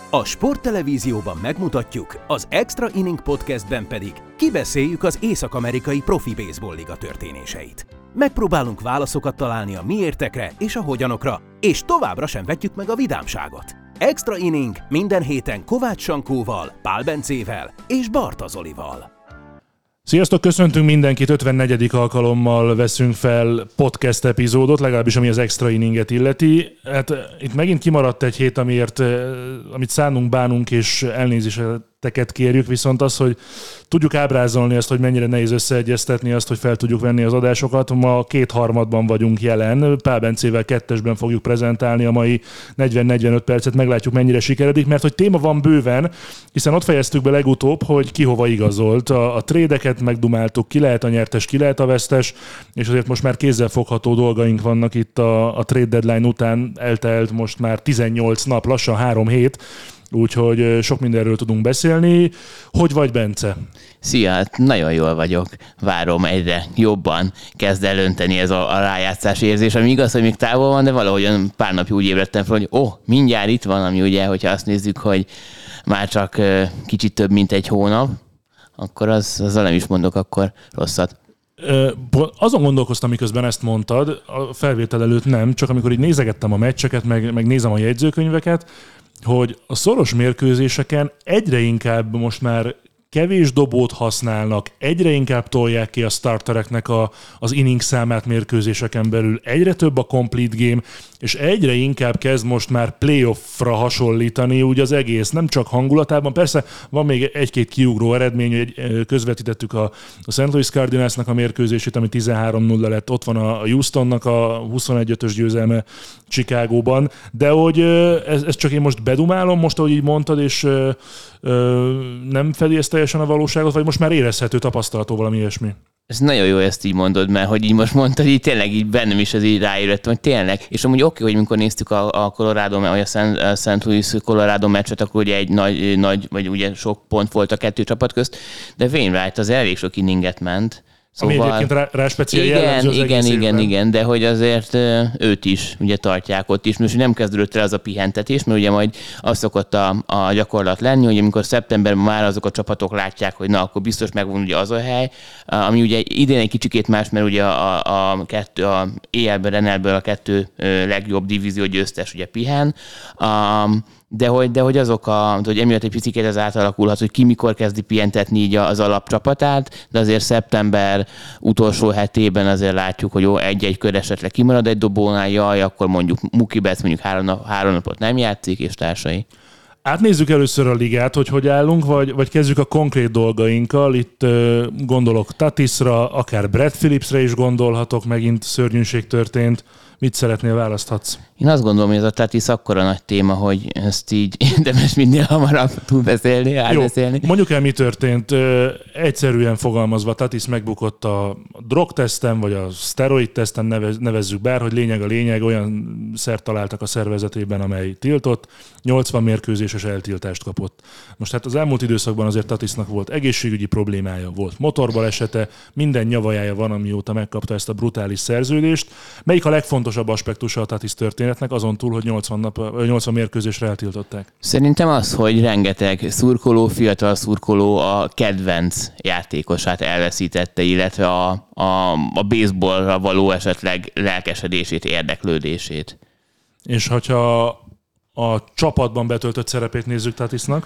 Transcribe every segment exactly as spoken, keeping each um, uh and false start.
A sporttelevízióban megmutatjuk, az Extra Inning Podcastben pedig kibeszéljük az észak-amerikai profi baseball liga történéseit. Megpróbálunk válaszokat találni a miértekre és a hogyanokra, és továbbra sem vetjük meg a vidámságot. Extra Inning minden héten Kovács Sankóval, Pál Bencével és Barta Zolival. Sziasztok, köszöntünk mindenkit, ötvennegyedik alkalommal veszünk fel podcast epizódot, legalábbis ami az Extra Inninget illeti. Hát itt megint kimaradt egy hét, amiért, amit szánunk, bánunk és elnézéseteket kérjük, viszont az, hogy tudjuk ábrázolni azt, hogy mennyire nehéz összeegyeztetni azt, hogy fel tudjuk venni az adásokat. Ma kétharmadban vagyunk jelen, Pál Bencével kettesben fogjuk prezentálni a mai negyven-negyvenöt percet, meglátjuk mennyire sikeredik, mert hogy téma van bőven, hiszen ott fejeztük be legutóbb, hogy ki hova igazolt. A, a trédeket megdumáltuk, ki lehet a nyertes, ki lehet a vesztes, és azért most már kézzelfogható dolgaink vannak itt a, a trade deadline után, eltelt most már tizennyolc nap, lassan három hét, úgyhogy sok mindenről tudunk beszélni. Hogy vagy, Bence? Szia, hát nagyon jól vagyok. Várom, egyre jobban kezd elönteni ez a, a rájátszás érzés, ami igaz, hogy még távol van, de valahogyan pár napja úgy ébredtem fel, hogy ó, oh, mindjárt itt van, ami ugye, hogyha azt nézzük, hogy már csak kicsit több, mint egy hónap, akkor az, azzal nem is mondok akkor rosszat. Azon gondolkoztam, miközben ezt mondtad, a felvétel előtt nem, csak amikor így nézegettem a meccseket, meg, meg nézem a jegyzőkönyveket, hogy a szoros mérkőzéseken egyre inkább most már kevés dobót használnak, egyre inkább tolják ki a startereknek a, az inning számát mérkőzéseken belül, egyre több a complete game, és egyre inkább kezd most már playoffra hasonlítani úgy az egész, nem csak hangulatában, persze van még egy-két kiugró eredmény, hogy közvetítettük a, a Saint Louis Cardinalsnak a mérkőzését, ami tizenhárom nulla lett, ott van a Houstonnak a huszonegy ötös győzelme Chicagóban, de hogy ez, ez csak én most bedumálom, most ahogy így mondtad, és ö, ö, nem fedi ezt teljesen a valóságot, vagy most már érezhető, tapasztalható valami ilyesmi? Ez nagyon jó, ezt így mondod, mert hogy így most mondtad, így tényleg így bennem is ez így ráérett, hogy tényleg. És amúgy oké, hogy amikor néztük a, a Colorado, vagy a Saint Louis Colorado meccset, akkor ugye egy nagy, nagy, vagy ugye sok pont volt a kettő csapat közt, de Wainwright az elég sok inninget ment. Szóval, ami egyébként rá, rá speciál jellemző az igen, egész igen, évben. igen, de hogy azért őt is ugye tartják ott is. Most nem kezdődött el az a pihentetés, mert ugye majd az szokott a, a gyakorlat lenni, hogy amikor szeptemberben már azok a csapatok látják, hogy na, akkor biztos megvan ugye az a hely, ami ugye idén egy kicsikét más, mert ugye a, a, kettő, a é el-ből, en el-ből a kettő legjobb divízió győztes ugye pihen. Um, De hogy, de hogy azok a, hogy emiatt egy picit ez átalakulhat, hogy ki mikor kezdi pihentetni így az alapcsapatát, de azért szeptember utolsó hetében azért látjuk, hogy jó, egy-egy kör esetleg kimarad egy dobónál, jaj, akkor mondjuk Mookie Betts mondjuk három, nap, három napot nem játszik, és társai. Átnézzük először a ligát, hogy hogy állunk, vagy, vagy kezdjük a konkrét dolgainkkal. Itt uh, gondolok Tatisra, akár Brad Phillipsre is gondolhatok, megint szörnyűség történt. Mit szeretnél, választhatsz? Én azt gondolom, hogy ez a Tatis akkora nagy téma, hogy ezt így érdemes minél hamarabb tud beszélni, átbeszélni. Jó, mondjuk el, mi történt. Egyszerűen fogalmazva, Tatis megbukott a drogteszten, vagy a szteroid teszten, nevez, nevezzük bár, hogy lényeg a lényeg, olyan szert találtak a szervezetében, amely tiltott, nyolcvan mérkőzéses eltiltást kapott. Most hát az elmúlt időszakban azért Tatisnak volt egészségügyi problémája, volt motorbalesete, minden nyavajája van, amióta megkapta ezt a brutális szerződést. Melyik a legfontosabb aspektusa a Tatis történetnek, azon túl, hogy nyolcvan, nap, nyolcvan mérkőzésre eltiltották? Szerintem az, hogy rengeteg szurkoló, fiatal szurkoló a kedvenc játékosát elveszítette, illetve a, a, a baseballra való esetleg lelkesedését, érdeklődését. És hogyha a csapatban betöltött szerepét nézzük Tatisnak?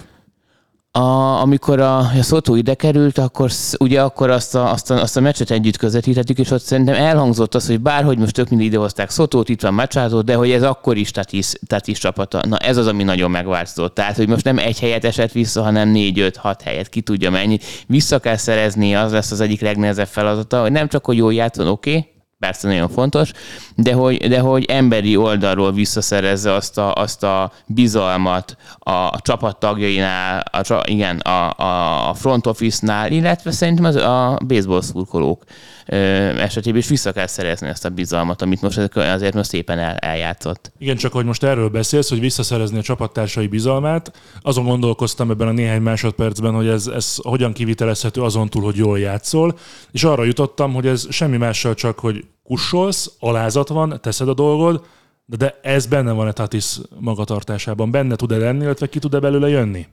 A, amikor a, a Soto ide került, akkor ugye akkor azt a, azt, a, azt a meccset együtt közvetítettük, és ott szerintem elhangzott az, hogy bárhogy most tök mindig idehozták Sotót, itt van Machado, de hogy ez akkor is Tatis, Tatis csapata. Na ez az, ami nagyon megváltozott. Tehát, hogy most nem egy helyet esett vissza, hanem négy, öt, hat helyet, ki tudja mennyit. Vissza kell szerezni, az lesz az egyik legnehezebb feladata, hogy nem csak, hogy jól játszon, oké, okay, persze nagyon fontos, de hogy, de hogy emberi oldalról visszaszerezze azt a, azt a bizalmat a, a csapat tagjainál, a, igen, a, a front office-nál, illetve szerintem az, a baseball szurkolók esetében is vissza kell szerezni ezt a bizalmat, amit most azért most szépen el, eljátszott. Igen, csak hogy most erről beszélsz, hogy visszaszerezni a csapattársai bizalmát, azon gondolkoztam ebben a néhány másodpercben, hogy ez, ez hogyan kivitelezhető azon túl, hogy jól játszol, és arra jutottam, hogy ez semmi mással csak, hogy kussolsz, alázat van, teszed a dolgod, De, de ez benne van-e Tatis magatartásában? Benne tud-e lenni, illetve ki tud-e belőle jönni?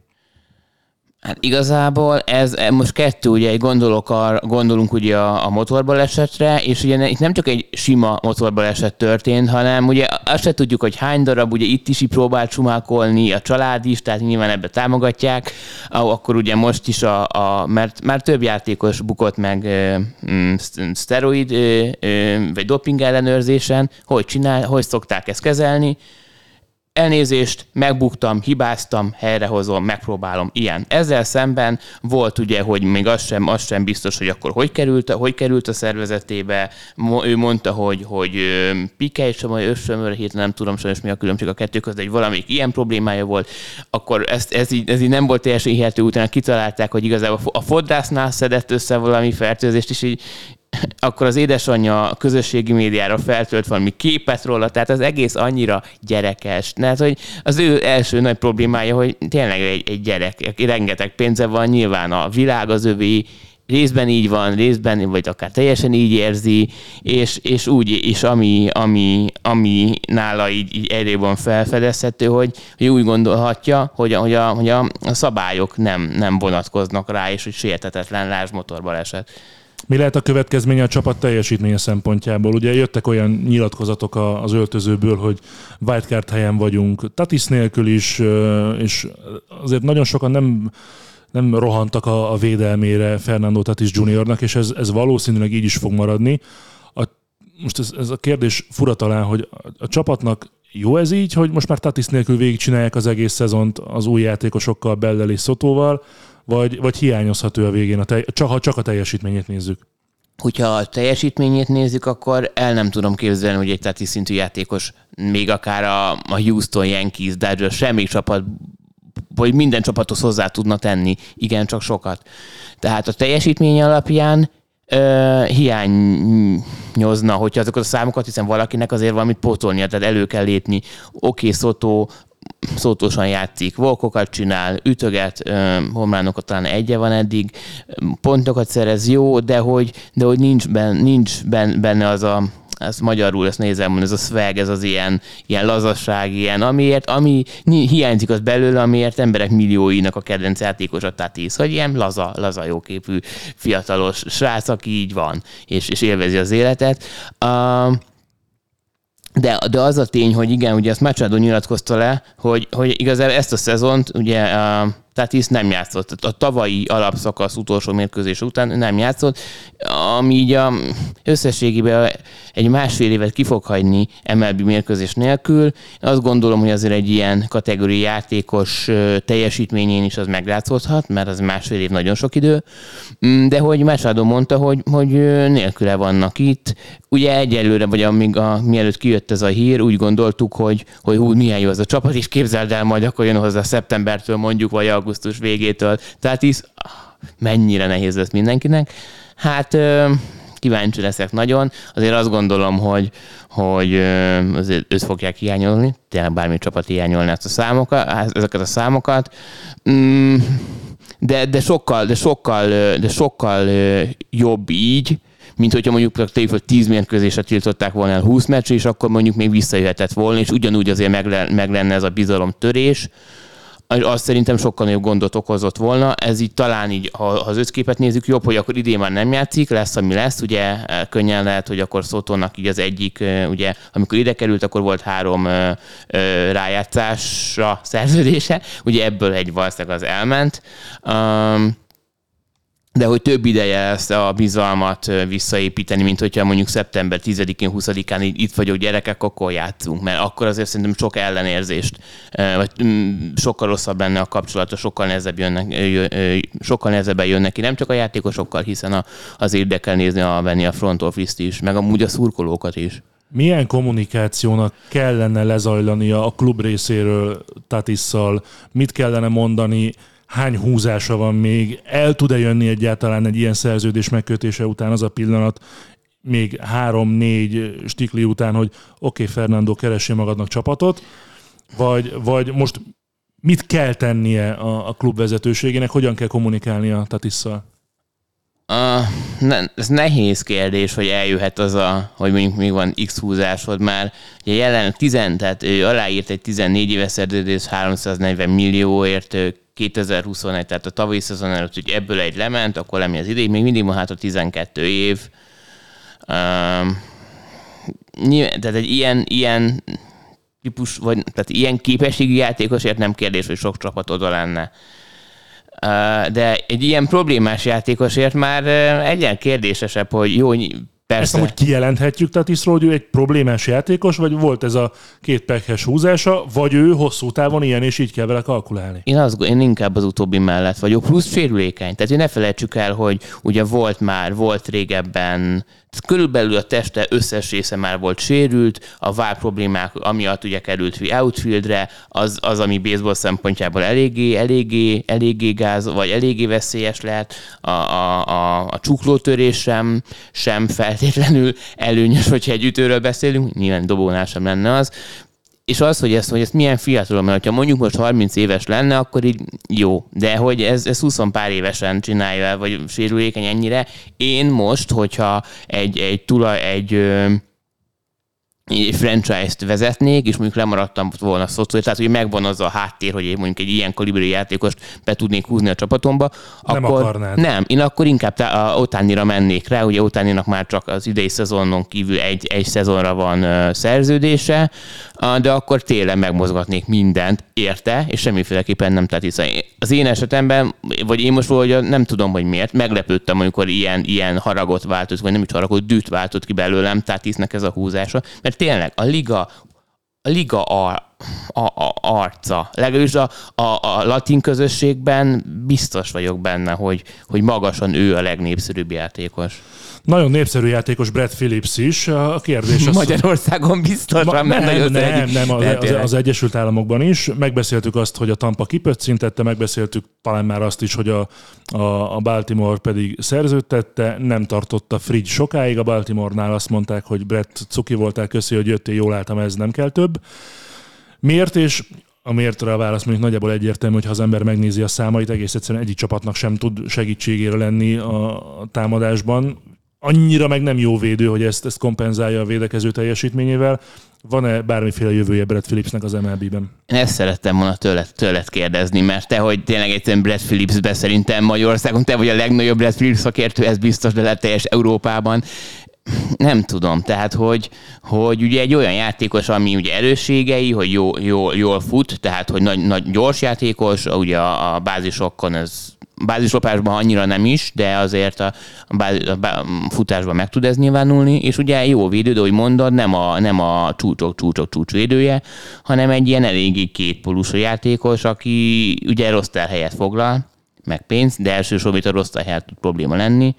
Hát igazából ez most kettő, ugye gondolok a, gondolunk ugye a, a motorbalesetre, és ugye itt nem csak egy sima motorbaleset történt, hanem ugye azt se tudjuk, hogy hány darab, ugye itt is így próbált sumákolni, a család is, tehát nyilván ebbe támogatják, akkor ugye most is a, a mert már több játékos bukott meg mm, szteroid vagy doping ellenőrzésen, hogy csinál, hogy szokták ezt kezelni. Elnézést, megbuktam, hibáztam, helyrehozom, megpróbálom, ilyen. Ezzel szemben volt ugye, hogy még az sem, az sem biztos, hogy akkor hogy került, hogy került a szervezetébe. Ő mondta, hogy, hogy Piqué sem, vagy össömör, hirtelen nem tudom sajnos mi a különbség a kettő között, egy valamelyik ilyen problémája volt, akkor ez, ez, így, ez így nem volt teljesen hihető, utána kitalálták, hogy igazából a fodrásznál szedett össze valami fertőzést, és így akkor az édesanyja a közösségi médiára feltölt valami képet róla, tehát az egész annyira gyerekes. Tehát, hogy az ő első nagy problémája, hogy tényleg egy, egy gyerek, rengeteg pénze van, nyilván a világ az övé, részben így van, részben, vagy akár teljesen így érzi, és, és úgy, és ami, ami, ami nála így, így erre van felfedezhető, hogy, hogy úgy gondolhatja, hogy, hogy, a, hogy a, a szabályok nem, nem vonatkoznak rá, és hogy sérthetetlen, lásd motorbaleset. Mi lehet a következménye a csapat teljesítménye szempontjából? Ugye jöttek olyan nyilatkozatok az öltözőből, hogy wildcard helyen vagyunk, Tatis nélkül is, és azért nagyon sokan nem, nem rohantak a, a védelmére Fernando Tatis juniornak, és ez, ez valószínűleg így is fog maradni. A, most ez, ez a kérdés fura talán, hogy a, a csapatnak jó ez így, hogy most már Tatis nélkül végigcsinálják az egész szezont az új játékosokkal, Bellel és Sotóval, Vagy, vagy hiányozhat ő a végén, a telj- csak, ha csak a teljesítményét nézzük? Hogyha a teljesítményét nézzük, akkor el nem tudom képzelni, hogy egy Tatis szintű játékos, még akár a, a Houston Yankees, Dodgers, semmi csapat, vagy minden csapathoz hozzá tudna tenni, igen, csak sokat. Tehát a teljesítmény alapján ö, hiányozna, hogyha azokat a számokat, hiszen valakinek azért valamit pótolnia, tehát elő kell lépni. Oké, okay, Soto szótósan játszik, walkokat csinál, ütöget, homlánokat talán egye van eddig, pontokat szerez, jó, de hogy, de hogy nincs, benne, nincs benne az a, ezt magyarul, ezt nézem, ez a swag, ez az ilyen, ilyen lazasság, ilyen, amiért, ami hiányzik az belőle, amiért emberek millióinak a kedvenc játékos a Tatis, hogy ilyen laza, laza jóképű, fiatalos srác, aki így van, és, és élvezi az életet. Uh, De, de az a tény, hogy igen, ugye ezt Machado nyilatkozta le, hogy, hogy igazából ezt a szezont ugye a Tatis nem játszott. A tavalyi alapszakasz utolsó mérkőzés után nem játszott, ami így a összességében egy másfél évet ki fog hagyni em el bé mérkőzés nélkül. Azt gondolom, hogy azért egy ilyen kategóriai játékos teljesítményén is az meglátszódhat, mert az másfél év nagyon sok idő. De hogy Machado mondta, hogy, hogy nélküle vannak itt. Ugye egyelőre, vagy amíg a, mielőtt kijött ez a hír, úgy gondoltuk, hogy, hogy hú, milyen jó az a csapat, és képzeld el, majd akkor jön hozzá szeptembertől mondjuk, vagy augusztus végétől. Tehát is mennyire nehéz lesz mindenkinek. Hát kíváncsi leszek nagyon. Azért azt gondolom, hogy, hogy azért őt fogják hiányolni, tényleg bármi csapat hiányolni ezt a számokat, ezeket a számokat. De, de sokkal, de sokkal, de sokkal jobb így, mint hogyha mondjuk tényleg tíz mérkőzésre tiltották volna el húsz meccsre, és akkor mondjuk még visszajöhetett volna, és ugyanúgy azért meg, le, meg lenne ez a bizalomtörés. Azt szerintem sokkal nagyobb gondot okozott volna. Ez így talán így, ha az összképet nézzük, jobb, hogy akkor idén már nem játszik, lesz, ami lesz. Ugye könnyen lehet, hogy akkor Sotónak így az egyik, ugye amikor ide került, akkor volt három rájátszásra szerződése. Ugye ebből egy valószínűleg az elment. Um, de hogy több ideje lesz a bizalmat visszaépíteni, mint hogyha mondjuk szeptember tizedikén, huszadikán itt vagyok gyerekek, akkor játszunk, mert akkor azért szerintem sok ellenérzést, vagy sokkal rosszabb lenne a kapcsolata, sokkal nehezebb jönnek, sokkal nehezebben jönnek ki, nem csak a játékosokkal, hiszen az érdekel nézni, a venni a front office-t is, meg amúgy a szurkolókat is. Milyen kommunikációnak kellene lezajlania a klub részéről Tatisszal? Mit kellene mondani? Hány húzása van még? El tud-e jönni egyáltalán egy ilyen szerződés megkötése után az a pillanat, még három-négy stikli után, hogy oké, okay, Fernando, keressél magadnak csapatot, vagy, vagy most mit kell tennie a, a klub vezetőségének, hogyan kell kommunikálnia Tatisszal? Uh, ne, ez nehéz kérdés, hogy eljöhet az a, hogy mondjuk még van X húzásod már. Ugye jelen tíz, tehát ő aláírt egy tizennégy éves szerződés háromszáznegyven millióért kétezer-huszonegy, tehát a tavalyi szezon előtt, hogy ebből egy lement, akkor lemmi az idég, még mindig van hát a tizenkettő év. Um, nyilván, tehát egy ilyen, ilyen típus, vagy tehát ilyen képességű játékosért nem kérdés, hogy sok csapat oda lenne. De egy ilyen problémás játékosért már egyen kérdésesebb, hogy jó, persze. Ezt amúgy kijelenthetjük Tatisról, hogy ő egy problémás játékos, vagy volt ez a két pekhes húzása, vagy ő hosszú távon ilyen, és így kell vele kalkulálni? Én, azt, én inkább az utóbbi mellett vagyok, plusz sérülékeny. Tehát ne felejtsük el, hogy ugye volt már, volt régebben, körülbelül a teste összes része már volt sérült, a váll problémák amiatt ugye került outfieldre, az, az ami baseball szempontjából eléggé, eléggé, eléggé gáz, vagy eléggé veszélyes lehet, a, a, a, a csuklótörés sem, sem feltétlenül előnyös, hogyha egy ütőről beszélünk, nyilván dobónál sem lenne az. És az, hogy ezt, hogy ezt milyen fiatalon, mert ha mondjuk most harminc éves lenne, akkor így jó. De hogy ez, ez húsz pár évesen csinálja, vagy sérülékeny ennyire. Én most, hogyha egy, egy tulaj, egy, egy franchise-t vezetnék, és mondjuk lemaradtam volna szocó, tehát hogy megvan az a háttér, hogy mondjuk egy ilyen kaliberű játékost be tudnék húzni a csapatomba, nem akkor akarnád. Nem, én akkor inkább tá- Otánira mennék rá, ugye Otáninak már csak az idei szezonon kívül egy, egy szezonra van uh, szerződése, uh, de akkor télen megmozgatnék mindent érte, és semmiféleképpen nem tehát hiszen az én esetemben, vagy én most valahogy nem tudom, hogy miért, meglepődtem, amikor ilyen, ilyen haragot váltott, vagy nem is haragot, düht váltott ki belőlem, tehát hisznek ez a húzása, mert tényleg a liga, a liga a, a, a arca. Legalábbis a, a, a latin közösségben biztos vagyok benne, hogy, hogy magasan ő a legnépszerűbb játékos. Nagyon népszerű játékos Brad Phillips is. A kérdés az... Magyarországon biztosan, Ma, nem, nem, nem, egyik, nem az, az, az Egyesült Államokban is. Megbeszéltük azt, hogy a Tampa kipöccintette, megbeszéltük talán már azt is, hogy a, a, a Baltimore pedig szerződtette, nem tartotta Fridge sokáig. A Baltimore-nál azt mondták, hogy Brett cuki voltál, köszi, hogy jöttél, jól álltam, ez nem kell több. Miért? És a miértre a válasz mondjuk nagyjából egyértelmű, hogy ha az ember megnézi a számait, egész egyszerűen egyik csapatnak sem tud segítségére lenni a támadásban. Annyira meg nem jó védő, hogy ezt, ezt kompenzálja a védekező teljesítményével. Van-e bármiféle jövője Brad Phillipsnek az em el bé-ben? Én ezt szerettem volna tőled, tőled kérdezni, mert te, hogy tényleg egyszerűen Brad Phillipsbe szerintem Magyarországon, te vagy a legnagyobb Brad Phillips szakértő, ez biztos, de lehet teljes Európában. Nem tudom, tehát, hogy, hogy ugye egy olyan játékos, ami ugye erősségei, hogy jó, jó, jól fut, tehát, hogy nagy, nagy gyors játékos, ugye a, a bázisokon ez bázislopásban annyira nem is, de azért a, bázis, a futásban meg tud ez nyilvánulni, és ugye jó védő, de ahogy mondod, nem a, nem a csúcsok, csúcsok, csúcsvédője, hanem egy ilyen eléggé kétpólusú játékos, aki ugye rossz helyet foglal, meg pénzt, de elsősorban itt a rossz helyet tud probléma lenni.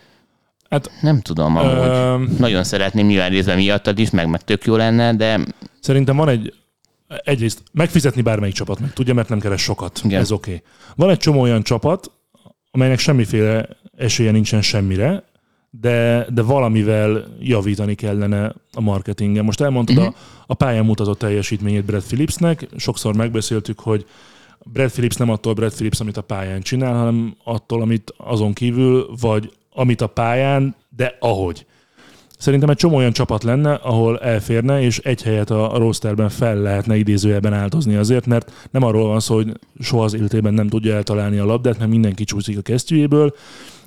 Hát, nem tudom, amúgy. Ö... Nagyon szeretném nyilván részben miattad is, meg, meg tök jó lenne, de... Szerintem van egy... Egyrészt megfizetni bármelyik csapat meg tudja, mert nem keres sokat. Igen. Ez oké. Okay. Van egy csomó olyan csapat, amelynek semmiféle esélye nincsen semmire, de, de valamivel javítani kellene a marketingen. Most elmondtad uh-huh. a, a pályán mutatott teljesítményét Brad Phillipsnek. Sokszor megbeszéltük, hogy Brad Phillips nem attól Brad Phillips, amit a pályán csinál, hanem attól, amit azon kívül, vagy amit a pályán, de ahogy. Szerintem egy csomó olyan csapat lenne, ahol elférne, és egy helyet a rosterben fel lehetne idézőjelben áldozni azért, mert nem arról van szó, hogy soha az életében nem tudja eltalálni a labdát, mert mindenki csúszik a kesztyűjéből.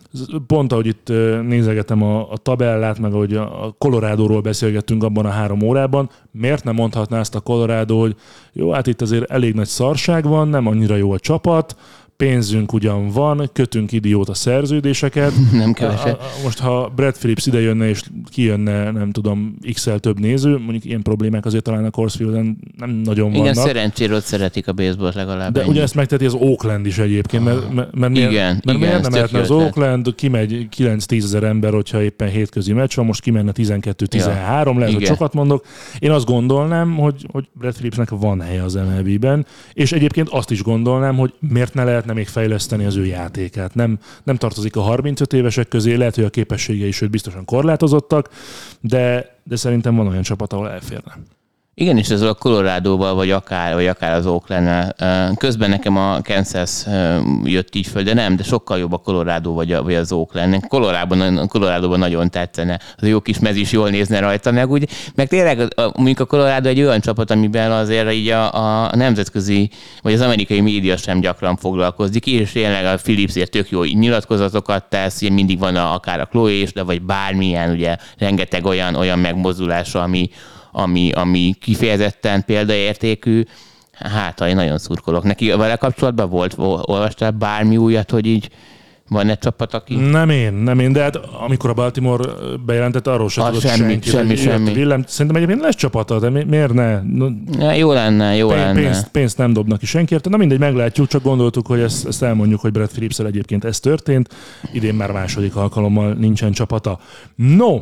Pont ahogy itt nézegetem a, a tabellát, meg ahogy a Colorado-ról beszélgettünk abban a három órában, miért nem mondhatná ezt a Colorado, hogy jó, hát itt azért elég nagy szarság van, nem annyira jó a csapat, pénzünk ugyan van, kötünk idióta szerződéseket. Nem keveset. Most ha Brad Phillips ide jönne és kijönne, nem tudom, x-el több néző, mondjuk ilyen problémák azért talán a Coors Fielden nem nagyon vannak. Igen, szerencsére ott szeretik a baseballt legalább. De ugye ezt megteheti az Oakland is egyébként, mert, mert, mert, igen, miért, mert igen, miért nem lehetne az Oakland, kimegy kilenc-tíz ezer ember, hogyha éppen hétközi meccs van, most kimenne tizenkettő-tizenhárom, ja, lehet, igen. Hogy sokat mondok. Én azt gondolnám, hogy, hogy Brad Phillipsnek van helye az em el bé-ben, és egyébként azt is gondolnám, hogy miért ne lehet még fejleszteni az ő játékát. Nem, nem tartozik a harmincöt évesek közé, lehet, hogy a képességei sőt biztosan korlátozottak, de, de szerintem van olyan csapat, ahol elférne. Igen, és ez a Colorado-val, vagy akár, vagy akár az Oakland-nel. Közben nekem a Kansas jött így föl, de nem, de sokkal jobb a Colorado vagy, a, vagy az Oakland. Colorado-ban, Colorado-ban nagyon tetszene. Az a jó kis mez is jól nézne rajta, meg úgy, meg tényleg mondjuk a Colorado egy olyan csapat, amiben azért így a, a nemzetközi, vagy az amerikai média sem gyakran foglalkozik, és tényleg a Phillipsért tök jó nyilatkozatokat tesz, ugye mindig van a, akár a Chloe, de vagy bármilyen, ugye rengeteg olyan, olyan megmozdulása, ami Ami, ami kifejezetten példaértékű, hát én nagyon szurkolok. Neki vele kapcsolatban volt, olvastál bármi újat, hogy így van egy csapat, aki... Nem én, nem én, de hát amikor a Baltimore bejelentett, arról sem tudott semmi, senki. Semmi, semmi. Willem, szerintem egyébként lesz csapata, de mi, miért ne? Ja, jó lenne, jó Pénz, lenne. Pénzt, pénzt nem dobnak ki senkiért. Na mindegy, meglátjuk, csak gondoltuk, hogy ezt, ezt elmondjuk, hogy Brad Phillipssel egyébként ez történt. Idén már második alkalommal nincsen csapata. No!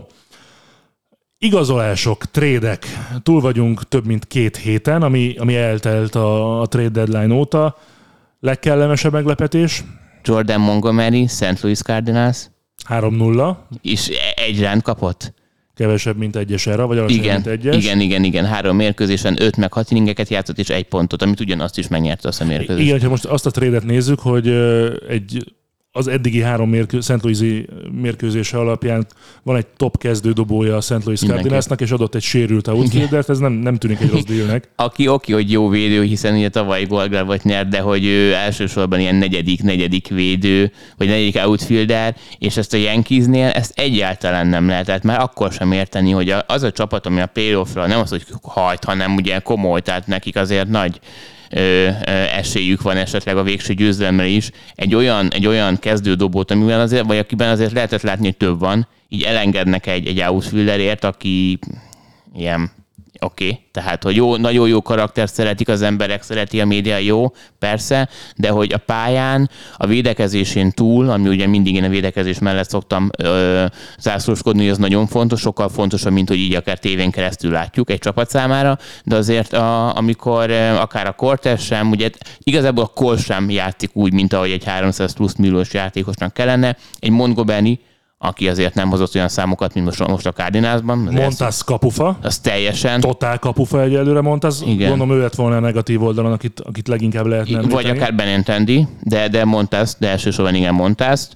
Igazolások, trédek. Túl vagyunk több mint két héten, ami, ami eltelt a, a trade deadline óta. Legkellemesebb meglepetés? Jordan Montgomery, Saint Louis Cardinals. három nulla. És egy rend kapott. Kevesebb, mint egyes erre, vagy alacsonyabb, Igen, mint egyes. igen, igen, igen. Három mérkőzésen öt meg hat inningeket játszott, és egy pontot, amit ugyanazt is megnyerte azt a mérkőzést. Igen, ha most azt a trédet nézzük, hogy egy az eddigi három mérkő, Saint Louis-i mérkőzése alapján van egy top kezdődobója a Saint Louis Cardinalsnak, és adott egy sérült outfieldert, ez nem, nem tűnik egy rossz dealnek. Aki oké, hogy jó védő, hiszen ugye tavaly Goldglove-ot nyert, de hogy ő elsősorban ilyen negyedik, negyedik védő, vagy negyedik outfielder, és ezt a Yankeesnél ezt egyáltalán nem lehetett már akkor sem érteni, hogy az a csapat, ami a playoffra nem az, hogy hajt, hanem ugye komoly, tehát nekik azért nagy Ö, ö, esélyük van esetleg a végső győzelemre is, egy olyan, egy olyan kezdődobót, amiben azért, vagy akiben azért lehetett látni, hogy több van, így elengednek egy, egy outfielderért, aki ilyen oké, okay. Tehát, hogy jó, nagyon jó karakter szeretik az emberek, szereti a média, jó, persze, de hogy a pályán, a védekezésén túl, ami ugye mindig én a védekezés mellett szoktam ö, zászlóskodni, hogy ez nagyon fontos, sokkal fontosabb, mint hogy így akár tévén keresztül látjuk egy csapat számára, de azért a, amikor akár a Cortez sem, ugye igazából a Cole sem játszik úgy, mint ahogy egy háromszáz plusz milliós játékosnak kellene, egy Montgomery, aki azért nem hozott olyan számokat, mint most, most a Cardinalsban. Montas kapufa. Az teljesen. Totál kapufa egyelőre Montas. Gondolom ő lett volna a negatív oldalon, akit, akit leginkább lehetne említeni. Vagy akár Benintendi, de, de Montas, de elsősorban igen Montas.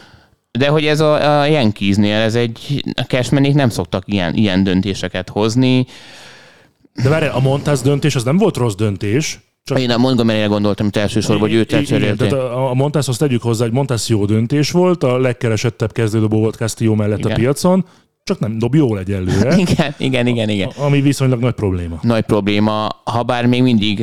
De hogy ez a, a Yankeesnél, ez egy, a Cashmanék nem szoktak ilyen, ilyen döntéseket hozni. De várj, a Montas döntés az nem volt rossz döntés. Csak... Én a Montgomeryre gondoltam, hogy elsősorban, hogy őt elcserélték. A Montashoz tegyük hozzá, hogy Montas jó döntés volt, a legkeresettebb kezdődobó volt Castillo mellett igen. A piacon, csak nem dob jól egyelőre. igen, igen, igen, igen. Ami viszonylag nagy probléma. Nagy probléma, ha bár még mindig,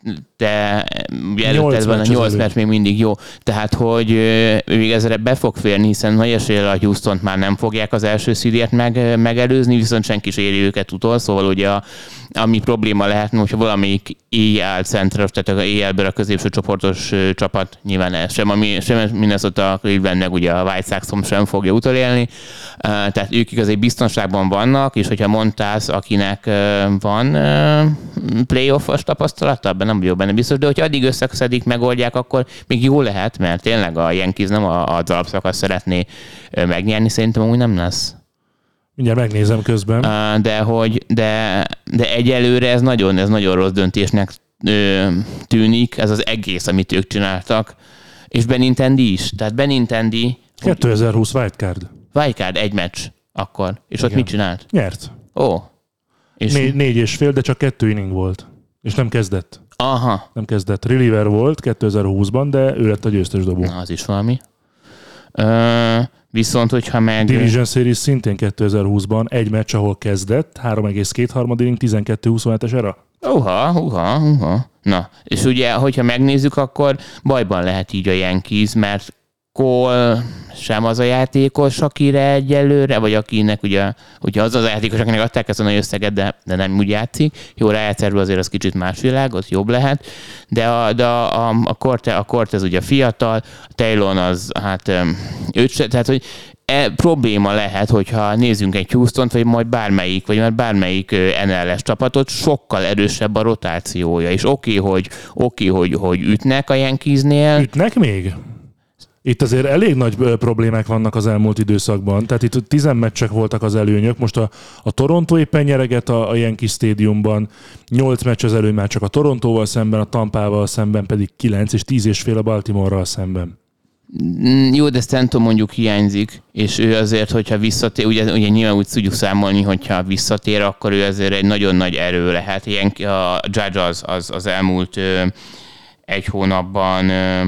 de előtted van a nyolc perc még mindig jó. Tehát, hogy még ezre be fog férni, hiszen nagy eséllyel a Houstont már nem fogják az első szíriát meg, megelőzni, viszont senki sem éri őket utol, szóval ugye a, ami probléma lehetne, hogyha valamelyik é el centros, tehát a é elből a középső csoportos csapat, nyilván ez sem, ami, sem Minnesota, Cleveland, meg ugye a White Sox sem fogja utolélni, tehát ők igazán biztonságban vannak, és hogyha Montas, akinek van playoff-os tapasztalata, abban nem vagyok benne biztos, de hogyha addig összeszedik, megoldják, akkor még jó lehet, mert tényleg a Yankees nem a, a alapszakaszt szeretné megnyerni, szerintem úgy nem lesz. Mindjárt megnézem közben. De, hogy, de, de egyelőre ez nagyon, ez nagyon rossz döntésnek ö, tűnik, ez az egész, amit ők csináltak. És Benintendi is. Tehát Benintendi... kétezer-húsz wildcard. Wildcard, egy meccs akkor. És igen. Ott mit csinált? Nyert. Ó. És Né- négy és fél, de csak kettő inning volt. És nem kezdett. Aha. Nem kezdett. Reliever volt kétezer-húszban, de ő lett a győztes dobó. Na, az is valami. Ö, viszont, hogyha meg... Division Series szintén kétezer-húszban egy meccs, ahol kezdett, három egész két inning, tizenkettő huszonhetes era. Uha, uha, uha. Na, és ugye, hogyha megnézzük, akkor bajban lehet így a Yankees, mert Cole sem az a játékos, akire egyelőre, vagy akinek ugye, ugye az az a játékos, akinek adták ezt a nagy összeget, de, de nem úgy játszik. Jó, rájátszerül azért az kicsit más világ, az jobb lehet, de a, de a, a, a, Cortez, a Cortez ugye fiatal, a Taylor az hát őt se, tehát hogy e, probléma lehet, hogyha nézzünk egy Houstont, vagy majd bármelyik, vagy már bármelyik en el es csapatot, sokkal erősebb a rotációja, és oké, okay, hogy, okay, hogy, hogy ütnek a Yankeesnél. Ütnek még? Itt azért elég nagy problémák vannak az elmúlt időszakban, tehát itt tizen meccsek voltak az előnyök, most a, a Toronto éppen nyereget a, a Yankee Stadiumban, nyolc meccs az előny már csak a Torontóval szemben, a Tampával szemben pedig kilenc és tíz és fél a Baltimore-ral szemben. Jó, de Stanton mondjuk hiányzik, és ő azért, hogyha visszatér, ugye, ugye nyilván úgy tudjuk számolni, hogyha visszatér, akkor ő azért egy nagyon nagy erő lehet. Ilyen, a Judge az, az, az elmúlt ö, egy hónapban ö,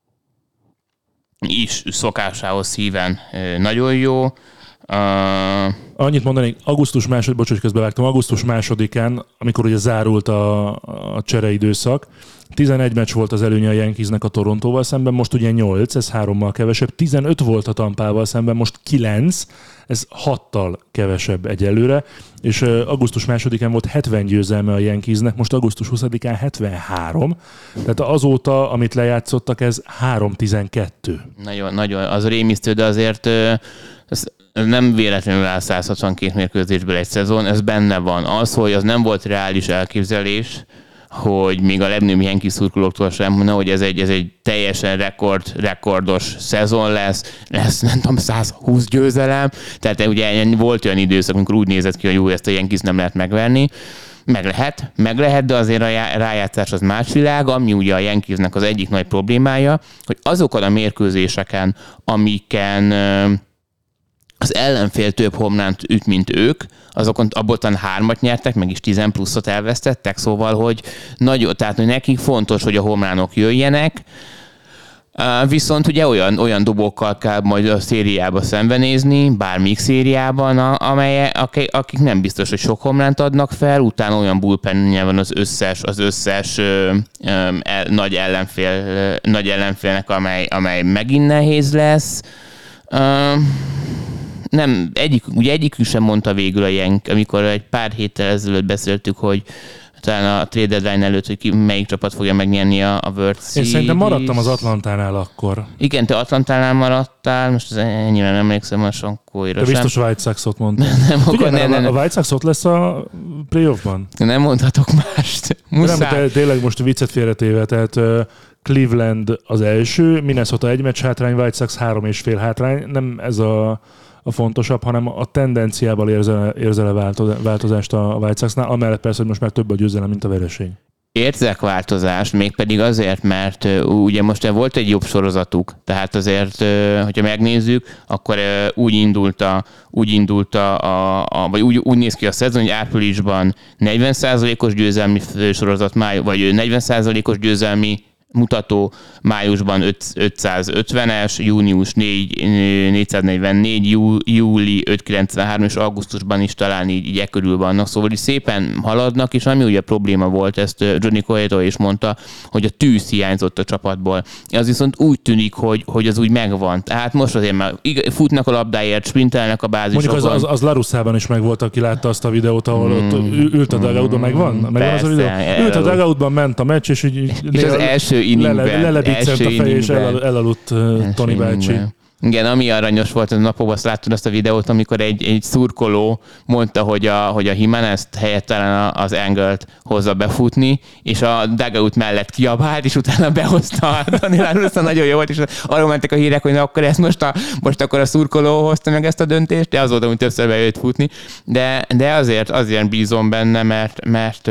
is szokásához híven ö, nagyon jó. Uh, Annyit mondanék, augusztus második, bocs, hogy közbevágtam, augusztus másodikán, amikor ugye zárult a, a csereidőszak, tizenegy meccs volt az előnye a Yankeesnek a Torontóval szemben, most ugye nyolc, ez hárommal kevesebb, tizenöt volt a Tampával szemben, most kilenc, ez hattal kevesebb egyelőre, és augusztus másodikán volt hetven győzelme a Yankeesnek, most augusztus huszadikán hetvenhárom, tehát azóta, amit lejátszottak, ez három tizenkettő. Nagyon, nagyon, az rémisztő, de azért ez nem véletlenül áll száz hatvankét mérkőzésből egy szezon, ez benne van. Az, hogy az nem volt reális elképzelés, hogy még a legnagyobb Yankee szurkolóktól sem mondja, hogy ez egy, ez egy teljesen rekord, rekordos szezon lesz, lesz nem tudom, száz húsz győzelem, tehát ugye volt olyan időszak, amikor úgy nézett ki, hogy jó, ezt a Yankees nem lehet megverni. Meg lehet, meg lehet, de azért a rájátszás az más világ, ami ugye a Yankeesnek az egyik nagy problémája, hogy azokon a mérkőzéseken, amiken az ellenfél több homránt üt, mint ők, azokon abból talán hármat nyertek, meg is tíz pluszot elvesztettek, szóval, hogy nagyon, tehát hogy nekik fontos, hogy a homránok jöjjenek, viszont ugye olyan, olyan dobókkal kell majd a szériába szembenézni, bármelyik szériában, amely, akik nem biztos, hogy sok homránt adnak fel, utána olyan bullpenje van az összes, az összes ö, ö, el, nagy, ellenfél, nagy ellenfélnek, amely, amely megint nehéz lesz. Ö, Nem, egyik, ugye egyikük sem mondta végül a Yank, amikor egy pár héttel ezelőtt beszéltük, hogy talán a trade deadline előtt, hogy ki, melyik csapat fogja megnyerni a, a World Series. Én szerintem maradtam az Atlantánál akkor. Igen, te Atlantánál maradtál, most ennyire nem emlékszem a Sankóira sem. De biztos White Sox-ot mondtam. nem, Figyelj, nem, nem, a White Sox ott lesz a playoffban? Nem mondhatok mást. Muszáj. Nem, de tényleg most viccet félretéve, tehát uh, Cleveland az első, Minnesota egy meccs hátrány, White Sox három és fél hátrány. Nem ez a a fontosabb, hanem a tendenciával érzel, érzel változást a White Soxnál, amellett persze, hogy most már több a győzelem, mint a vereség. Érzek változást, mégpedig azért, mert uh, ugye most volt egy jobb sorozatuk, tehát azért, uh, hogyha megnézzük, akkor uh, úgy indult, a, úgy indult a, a, a vagy úgy, úgy néz ki a szezon, hogy áprilisban negyven százalékos győzelmi sorozat, máj, vagy negyven százalékos győzelmi mutató, májusban ötszázötvenes, június négyszáznegyvennégy, jú, júli ötszázkilencvenhárom, és augusztusban is talán így, így e körül vannak. Szóval is szépen haladnak, és ami ugye probléma volt, ezt Johnny Cueto is mondta, hogy a tűz hiányzott a csapatból. Az viszont úgy tűnik, hogy, hogy az úgy megvan. Tehát most azért már futnak a labdáért, sprintelnek a bázisokon. Mondjuk az, az, az La Russában is megvolt, aki látta azt a videót, ahol mm, ott ült a dugoutban, megvan? Megvan az a videó? Ült a dugoutban, ment a meccs, és így... És az első inningben. Lelebicent a fej, és el, elaludt uh, Tony bácsi. Igen, ami aranyos volt a napokban, azt láttad azt a videót, amikor egy, egy szurkoló mondta, hogy a, hogy a Jimenez helyett talán az Engelt hozza befutni, és a dugout mellett kiabált, és utána behozta a Tony La Russa, nagyon jó volt, és arról mentek a hírek, hogy na, akkor ezt most, a, most akkor a szurkoló hozta meg ezt a döntést, de az volt, hogy többször bejött futni, de, de azért, azért bízom benne, mert, mert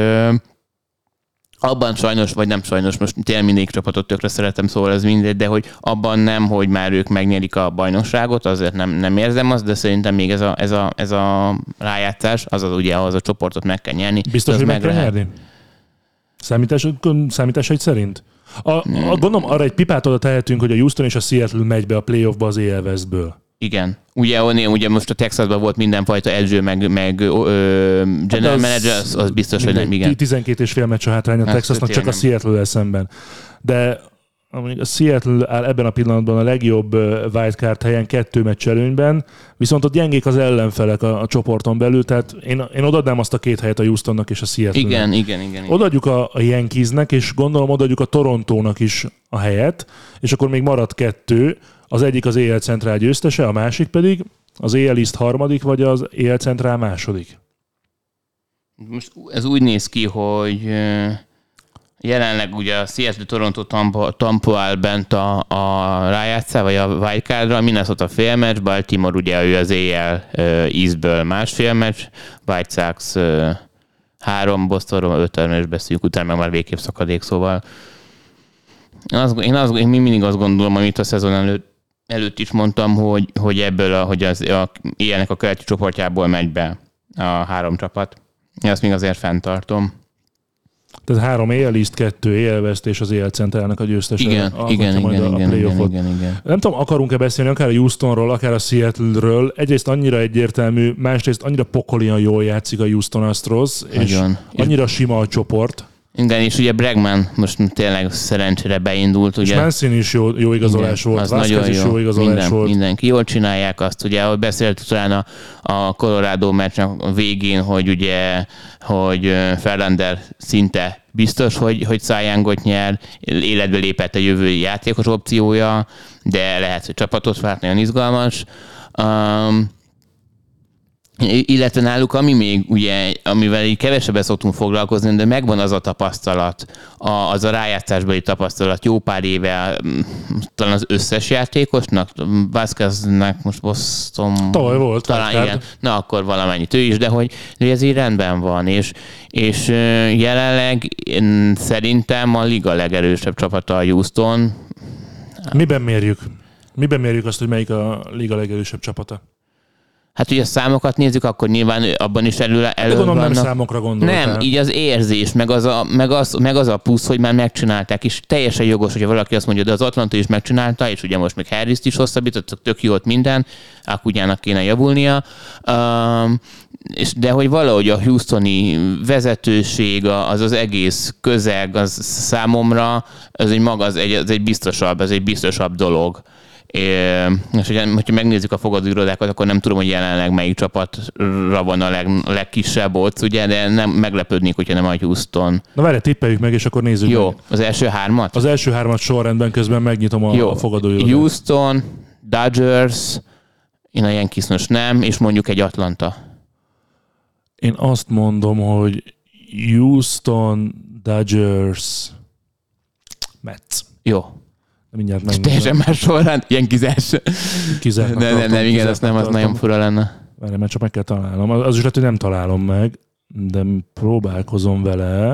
abban sajnos, vagy nem sajnos, most tényleg mindegyik csapatot tökre szeretem, szóval ez mindegy, de hogy abban nem, hogy már ők megnyerik a bajnokságot, azért nem, nem érzem azt, de szerintem még ez a, ez a, ez a rájátszás, azaz ugye ahhoz a csoportot meg kell nyerni. Biztos, hogy meg kell nyerni? Számítás, számításait szerint? A, a, gondolom, arra egy pipát oda tehetünk, hogy a Houston és a Seattle megy be a playoffba az á el Westből. Igen. Ugye, ugye most a Texasban volt mindenfajta edző, meg, meg ö, general manager, az, az biztos, hogy nem, igen. tizenkét és fél meccs a hátrány a Texasnak, csak a Seattle-el szemben. De mondjuk a Seattle áll ebben a pillanatban a legjobb wildcard helyen kettő meccs előnyben, viszont ott gyengék az ellenfelek a, a csoporton belül, tehát én, én odaadnám azt a két helyet a Houstonnak és a Seattle-nek. Igen, igen, igen, igen. Odaadjuk a, a Yankeesnek, és gondolom odaadjuk a Torontónak is a helyet, és akkor még marad kettő. Az egyik az á el Centrál győztese, a másik pedig az á el East harmadik, vagy az á el Centrál második. Most ez úgy néz ki, hogy jelenleg ugye a Seattle, Toronto, Tampa, Tampa áll bent a, a rájátszá, vagy a wildcardra, Minnesota fél meccs, Baltimore ugye ő az éjjel uh, Eastből másfél meccs, White Sox uh, három, Bostonról ötven is beszéljük, utána meg már végképp szakadék, szóval az, én, az, én mindig azt gondolom, amit a szezon előtt, előtt is mondtam, hogy, hogy ebből a, hogy az a, ilyenek a keleti csoportjából megy be a három csapat. Én azt még azért fenntartom. Tehát három éjjel East, kettő éjjel West és az éjjel Centrálnak a győztese. Igen, igen, igen, a igen, igen, igen, igen. Nem tudom, akarunk-e beszélni akár a Houstonról, akár a Seattle-ről. Egyrészt annyira egyértelmű, másrészt annyira pokolian jól játszik a Houston Astros, Nagyon. És annyira sima a csoport. Igen, és ugye Bregman most tényleg szerencsére beindult. És ugye. Mancini is jó, jó igazolás igen, volt, Vázquez is jó igazolás Minden, volt. Mindenki jól csinálják azt, ugye, ahogy beszéltük talán a, a Colorado meccsnek a végén, hogy ugye, hogy Ferlander szinte biztos, hogy, hogy Cy Youngot nyer, életbe lépett a jövői játékos opciója, de lehet, hogy csapatot vált, nagyon izgalmas. Um, illetve náluk, ami még ugye, amivel így kevesebbet szoktunk foglalkozni, de megvan az a tapasztalat, a, az a rájátszásbeli tapasztalat jó pár éve, talán az összes játékosnak, Vázqueznek most Boston... Tavaly volt. Talán igen, igen, na akkor valamennyit ő is, de hogy, de ez így rendben van, és, és jelenleg szerintem a liga legerősebb csapata a Houston. Miben mérjük? Miben mérjük azt, hogy melyik a liga legerősebb csapata? Hát, hogy a számokat nézzük, akkor nyilván abban is elő, elő de gondolom, vannak. nem számokra gondoltál. Nem, így az érzés, meg az, a, meg, az, meg az a plusz, hogy már megcsinálták, és teljesen jogos, hogyha valaki azt mondja, de az Atlanta is megcsinálta, és ugye most még Harris-t is hosszabbítottak, tök jó ott minden, Akunyának kéne javulnia. Um, és de hogy valahogy a houstoni vezetőség, az az egész közeg, az számomra, az egy maga, az egy, az egy biztosabb, az egy biztosabb dolog. És hogyha megnézzük a fogadóirodákat, akkor nem tudom, hogy jelenleg melyik csapatra van a leg, legkisebb ott, ugye, de nem meglepődnék, hogyha nem a Houston. Na várj, tippeljük meg, és akkor nézzük Jó, meg. az első hármat? Az első hármat sorrendben közben megnyitom a, Jó. a fogadóirodát. Houston, Dodgers, én a Yankees most nem, és mondjuk egy Atlanta. Én azt mondom, hogy Houston, Dodgers, Mets. Jó. Mindjárt És teljesen más sorrend, ilyen kizás. Kizártnak Nem, nem, nem, igen, az nem, az tartom. nagyon fura lenne. Várj, mert csak meg kell találnom. Az is lehet, hogy nem találom meg, de próbálkozom vele.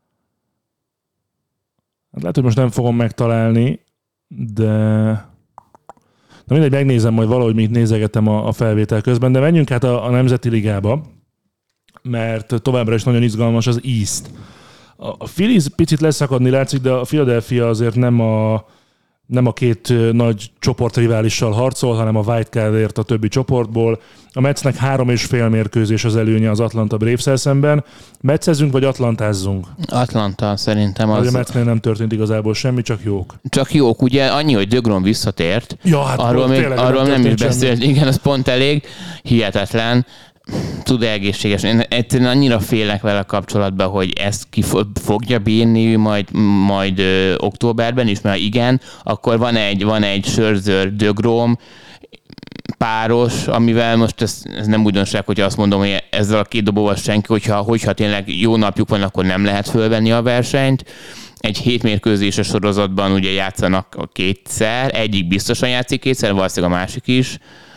Hát lehet, hogy most nem fogom megtalálni, de... Na mindegy, megnézem, majd valahogy még nézegetem a, a felvétel közben, de menjünk át a, a Nemzeti Ligába, mert továbbra is nagyon izgalmas az East. A, a Phillies picit leszakadni látszik, de a Philadelphia azért nem a nem a két nagy csoportriválissal harcol, hanem a wildcardért a többi csoportból. A Metsnek három és fél mérkőzés az előnye az Atlanta Braves-el szemben. Metszezünk vagy atlantázzunk? Atlanta szerintem az... A Metsnél nem történt igazából semmi, csak jók. Csak jók, ugye annyi, hogy DeGrom visszatért. Ja, hát arról még, nem, arról nem is beszélt. semmi. Igen, az pont elég. Hihetetlen. Tud egészséges. Én egyszerűen annyira félek vele kapcsolatban, hogy ezt ki fogja bírni majd, majd ö, októberben is, mert igen, akkor van egy, van egy Scherzer DeGrom páros, amivel most ez, ez nem újdonság, hogyha azt mondom, hogy ezzel a két dobóval senki, hogyha, hogyha tényleg jó napjuk van, akkor nem lehet fölvenni a versenyt. Egy hétmérkőzéses sorozatban ugye játszanak kétszer, egyik biztosan játszik kétszer, valószínűleg a másik is.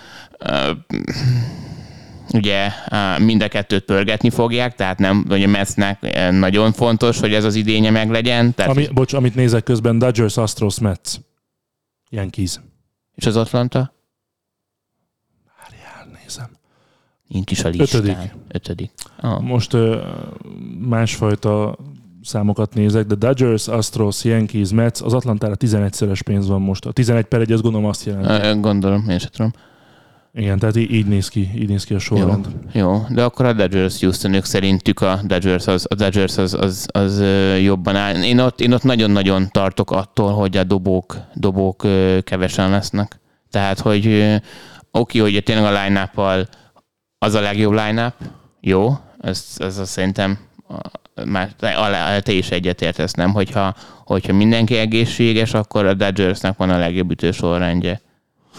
Ugye mind a kettőt pörgetni fogják, tehát nem, ugye Metsnek nagyon fontos, hogy ez az idénye meglegyen. Tehát Ami, bocs, amit nézek közben, Dodgers, Astros, Mets. Yankees. és az Atlanta? Várjál, nézem. Nincs is a listán. Ötödik. Ötödik. Ah. Most uh, másfajta számokat nézek, de Dodgers, Astros, Yankees, Mets, az Atlantára tizenegyszeres pénz van most. A tizenegy per egy, azt gondolom azt jelenti. Gondolom, én sem tudom. Igen, tehát így, így néz ki, így néz ki a sorrend. Jó, jó, de akkor a Dodgers Houston, ők szerintük a Dodgers az, a Dodgers az, az, az jobban áll. Én ott, én ott nagyon-nagyon tartok attól, hogy a dobók, dobók kevesen lesznek. Tehát, hogy oké, hogy tényleg a line-up-al az a legjobb line-up, jó, ez, ez azt szerintem már te is egyetértesz, nem? Hogyha, hogyha mindenki egészséges, akkor a Dodgersnek van a legjobb ütősorrendje.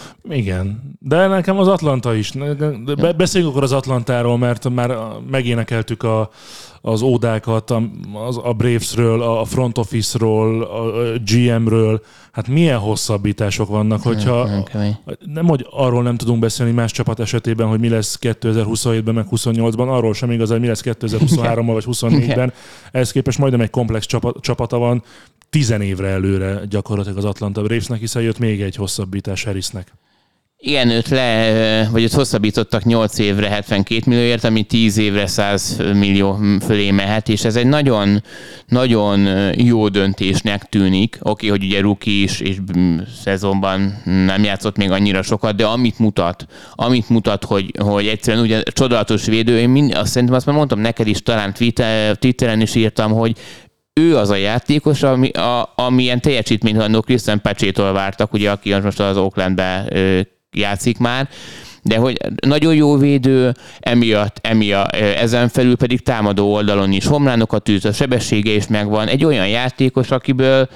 Igen, de nekem az Atlanta is. Be, beszéljünk akkor az Atlantáról, mert már megénekeltük a, az ódákat a, a Bravesről, a front office-ról, a gé em-ről. Hát milyen hosszabbítások vannak, hogyha nem, nem, hogy arról nem tudunk beszélni más csapat esetében, hogy mi lesz kétezer-huszonhétben, meg huszonnyolcban, arról sem igaz, hogy mi lesz kétezer-huszonháromban vagy huszonnégyben. Ehhez képest majdnem egy komplex csapat, csapata van, tizen évre előre gyakorlatilag az Atlanta Bravesnek, hiszen jött még egy hosszabbítás Harrisnek. Igen, őt le, vagy őt hosszabbítottak nyolc évre hetvenkét millióért, ami tíz évre száz millió fölé mehet, és ez egy nagyon, nagyon jó döntésnek tűnik. Oké, hogy ugye rookie is, és szezonban nem játszott még annyira sokat, de amit mutat, amit mutat, hogy, hogy egyszerűen ugye csodálatos védő, én mind, azt szerintem azt már mondtam neked is, talán Twitter, Twitteren is írtam, hogy ő az a játékos, ami, a, amilyen teljesítményt annó Christian Pache-tól vártak, ugye, aki most az Oaklandben játszik már, de hogy nagyon jó védő, emiatt, emiatt ezen felül pedig támadó oldalon is homlánokat üt, a sebessége is megvan. Egy olyan játékos, akiből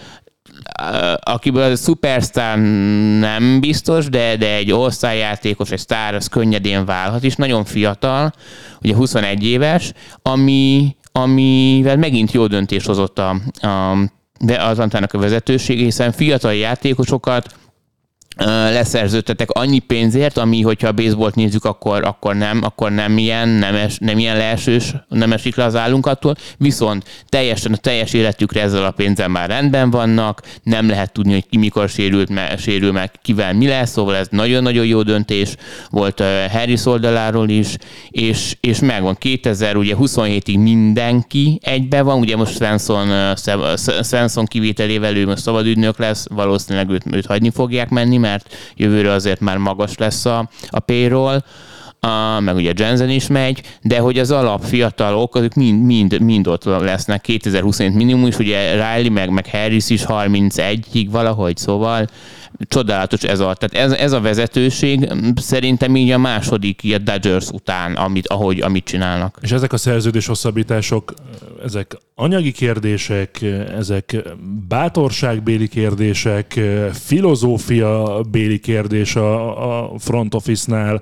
akiből a szupersztár nem biztos, de, de egy all-star játékos, egy sztár, az könnyedén válhat, és nagyon fiatal, ugye huszonegy éves, ami, amivel megint jó döntés hozott a, a, az Atlantának a vezetősége, hiszen fiatal játékosokat leszerződtetek annyi pénzért, ami, hogyha a baseballt nézzük, akkor, akkor nem, akkor nem ilyen, nem, es, nem ilyen leesős, nem esik le az állunkattól, viszont teljesen a teljes életükre ezzel a pénzzel már rendben vannak, nem lehet tudni, hogy ki mikor sérült, me, sérül meg, kivel mi lesz, szóval ez nagyon-nagyon jó döntés volt Harris oldaláról is, és, és megvan kétezer-huszonhétig mindenki egybe van, ugye most Svensson, Svensson kivételével ő most szabadügynök lesz, valószínűleg őt, őt hagyni fogják menni, mert jövőre azért már magas lesz a, a payroll, a, meg ugye Jensen is megy, de hogy az alap fiatalok, azok mind, mind, mind ott lesznek kétezer-huszonhét minimum is, ugye Riley meg, meg Harris is harmincegyig valahogy, szóval csodálatos ez a, tehát ez, ez a vezetőség szerintem így a második a Dodgers után, amit, ahogy, amit csinálnak. És ezek a szerződés hosszabbítások, ezek anyagi kérdések, ezek bátorságbéli kérdések, filozófia béli kérdés a, a front office-nál,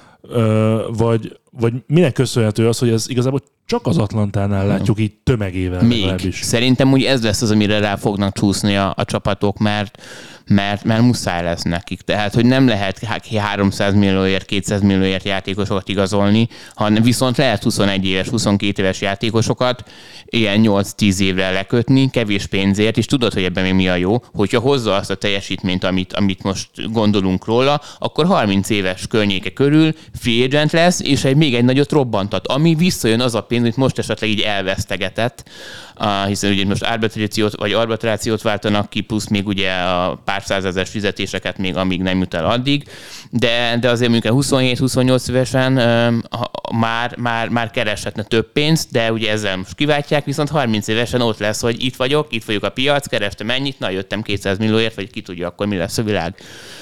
vagy, vagy minek köszönhető az, hogy ez igazából csak az Atlantánál látjuk így tömegével. Még. Legalábbis. Szerintem úgy ez lesz az, amire rá fognak csúszni a, a csapatok, mert, mert, mert muszáj lesz nekik. Tehát, hogy nem lehet háromszáz millióért, kétszáz millióért játékosokat igazolni, hanem viszont lehet huszonegy éves, huszonkét éves játékosokat ilyen nyolc-tíz évre lekötni, kevés pénzért, és tudod, hogy ebben még mi a jó, hogyha hozza azt a teljesítményt, amit, amit most gondolunk róla, akkor harminc éves környéke körül free agent lesz, és egy, még egy nagyot robbantat, ami visszajön az a pénz, amit most esetleg így elvesztegetett, uh, hiszen ugye most arbitrációt, vagy arbitrációt váltanak ki, plusz még ugye a pár százezer fizetéseket még amíg nem jut el addig, de, de azért mondjuk huszonhét-huszonnyolc évesen um, már, már, már kereshetne több pénzt, de ugye ezzel most kiváltják, viszont harminc évesen ott lesz, hogy itt vagyok, itt vagyok a piac, kerestem mennyit, na jöttem kétszáz millióért, vagy ki tudja akkor mi lesz a világ.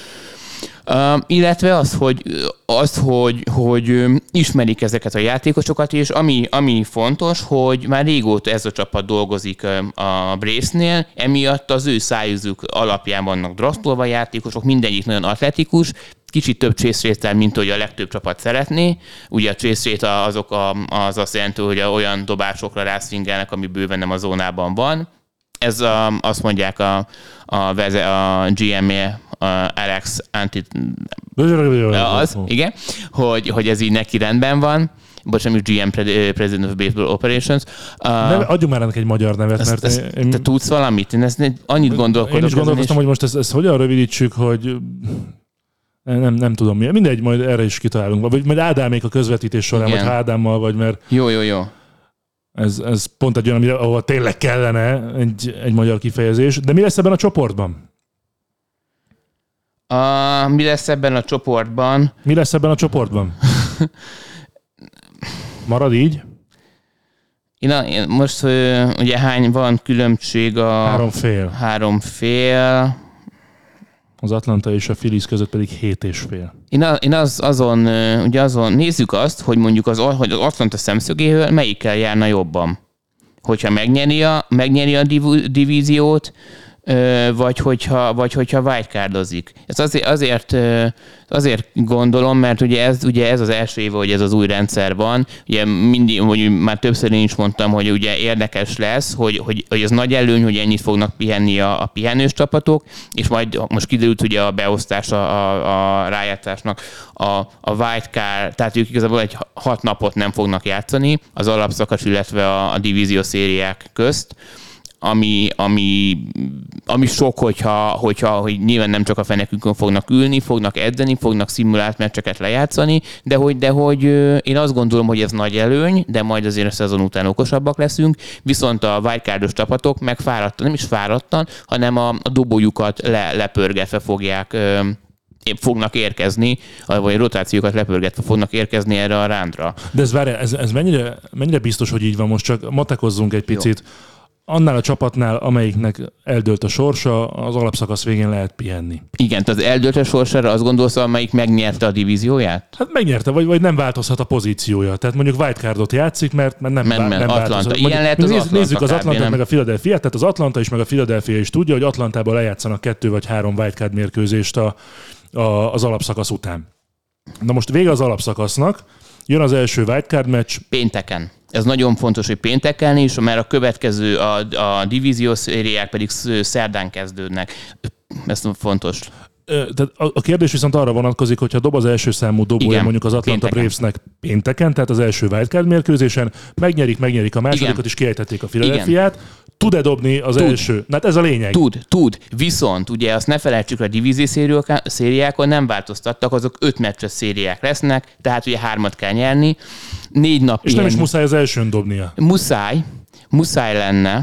Uh, illetve az, hogy, az, hogy, hogy ismerik ezeket a játékosokat, és ami, ami fontos, hogy már régóta ez a csapat dolgozik a Bravesnél, emiatt az ő szájúzuk alapján vannak draftolva játékosok, mindegyik nagyon atletikus, kicsit több chase rate-tel, mint hogy a legtöbb csapat szeretné. Ugye a chase rate azok a, az azt jelenti, hogy olyan dobásokra rászvingelnek, ami bőven nem a zónában van. Ez a, azt mondják a, a, veze, a gé em-je, Alex Antit... Az, igen, hogy, hogy ez így neki rendben van. Bocsánat, gé em, President of Baseball Operations. Uh, Neve, adjunk már ennek egy magyar nevet, ezt, mert... Ezt, én, te tudsz valamit? Én ezt annyit gondolkodok. Én is gondolkoztam, hogy most ezt, ezt hogyan rövidítsük, hogy... Nem, nem tudom mi. Mindegy, majd erre is kitalálunk. Vagy majd Ádámék a közvetítés során, igen. Vagy ha Ádámmal, vagy mert... Jó, jó, jó. Ez, ez pont egy olyan, ahol tényleg kellene egy, egy magyar kifejezés. De mi lesz ebben a csoportban? Uh, mi lesz ebben a csoportban? Mi lesz ebben a csoportban? Marad így? Én, a, én most ugye hány van különbség a... Három fél. Három fél. Az Atlanta és a Phillies között pedig hét és fél. Én, a, én az, azon, ugye azon nézzük azt, hogy mondjuk az, hogy az Atlanta szemszögéről melyikkel járna jobban. Hogyha megnyeri a, megnyeri a div, divíziót, vagy hogyha, vagy hogyha wildcardozik. Ez azért, azért, azért gondolom, mert ugye ez, ugye ez az első éve, hogy ez az új rendszer van. Ugye mindig, hogy már többször én is mondtam, hogy ugye érdekes lesz, hogy, hogy, hogy ez nagy előny, hogy ennyit fognak pihenni a, a pihenős csapatok, és majd most kiderült ugye a beosztás a, a, a rájátszásnak a, a wildcard, tehát ők igazából egy hat napot nem fognak játszani az alapszakasz, illetve a, a divízió szériák közt. Ami, ami, ami sok, hogyha, hogyha hogy nyilván nem csak a fenekünkön fognak ülni, fognak edzeni, fognak szimulált meccseket lejátszani, de hogy, de hogy én azt gondolom, hogy ez nagy előny, de majd azért a szezon után okosabbak leszünk, viszont a wildcardos csapatok meg fáradtan, nem is fáradtan, hanem a, a dobójukat le, lepörgetve fogják fognak érkezni, vagy rotációkat lepörgetve fognak érkezni erre a rándra. De ez, várjál, ez, ez mennyire, mennyire biztos, hogy így van most, csak matekozzunk egy picit. Jó. Annál a csapatnál, amelyiknek eldőlt a sorsa, az alapszakasz végén lehet pihenni. Igen, tehát az eldőlt a sorsára azt gondolsz, amelyik megnyerte a divízióját? Hát megnyerte, vagy, vagy nem változhat a pozíciója. Tehát mondjuk wildcardot játszik, mert, mert nem, men, men, nem változhat. Ilyen lehet az nézzük, Atlanta nézzük az Atlantát meg a Philadelphia, tehát az Atlanta is meg a Philadelphia is tudja, hogy Atlantában lejátszanak kettő vagy három wildcard mérkőzést a, a, az alapszakasz után. Na most vége az alapszakasznak, jön az első wildcard meccs. Pénteken. Ez nagyon fontos, hogy pénteken is, mert a következő, a, a divíziós szériák pedig szerdán kezdődnek. Ez fontos. Tehát a kérdés viszont arra vonatkozik, hogyha dob az első számú dobója, igen, mondjuk az Atlanta pénteken. Bravesnek pénteken, tehát az első wildcard mérkőzésen, megnyerik, megnyerik a másodikat, igen, és kiejtették a Philadelphiát. Tud-e dobni az tud. első? Na hát ez a lényeg. Tud, tud. Viszont ugye azt ne felejtsük, a divíziós szériákon nem változtattak, azok öt meccses szériák lesznek, tehát ugye hármat kell nyerni. Négy nap és pihenni. Nem is muszáj az elsőn dobnia. Muszáj. Muszáj lenne.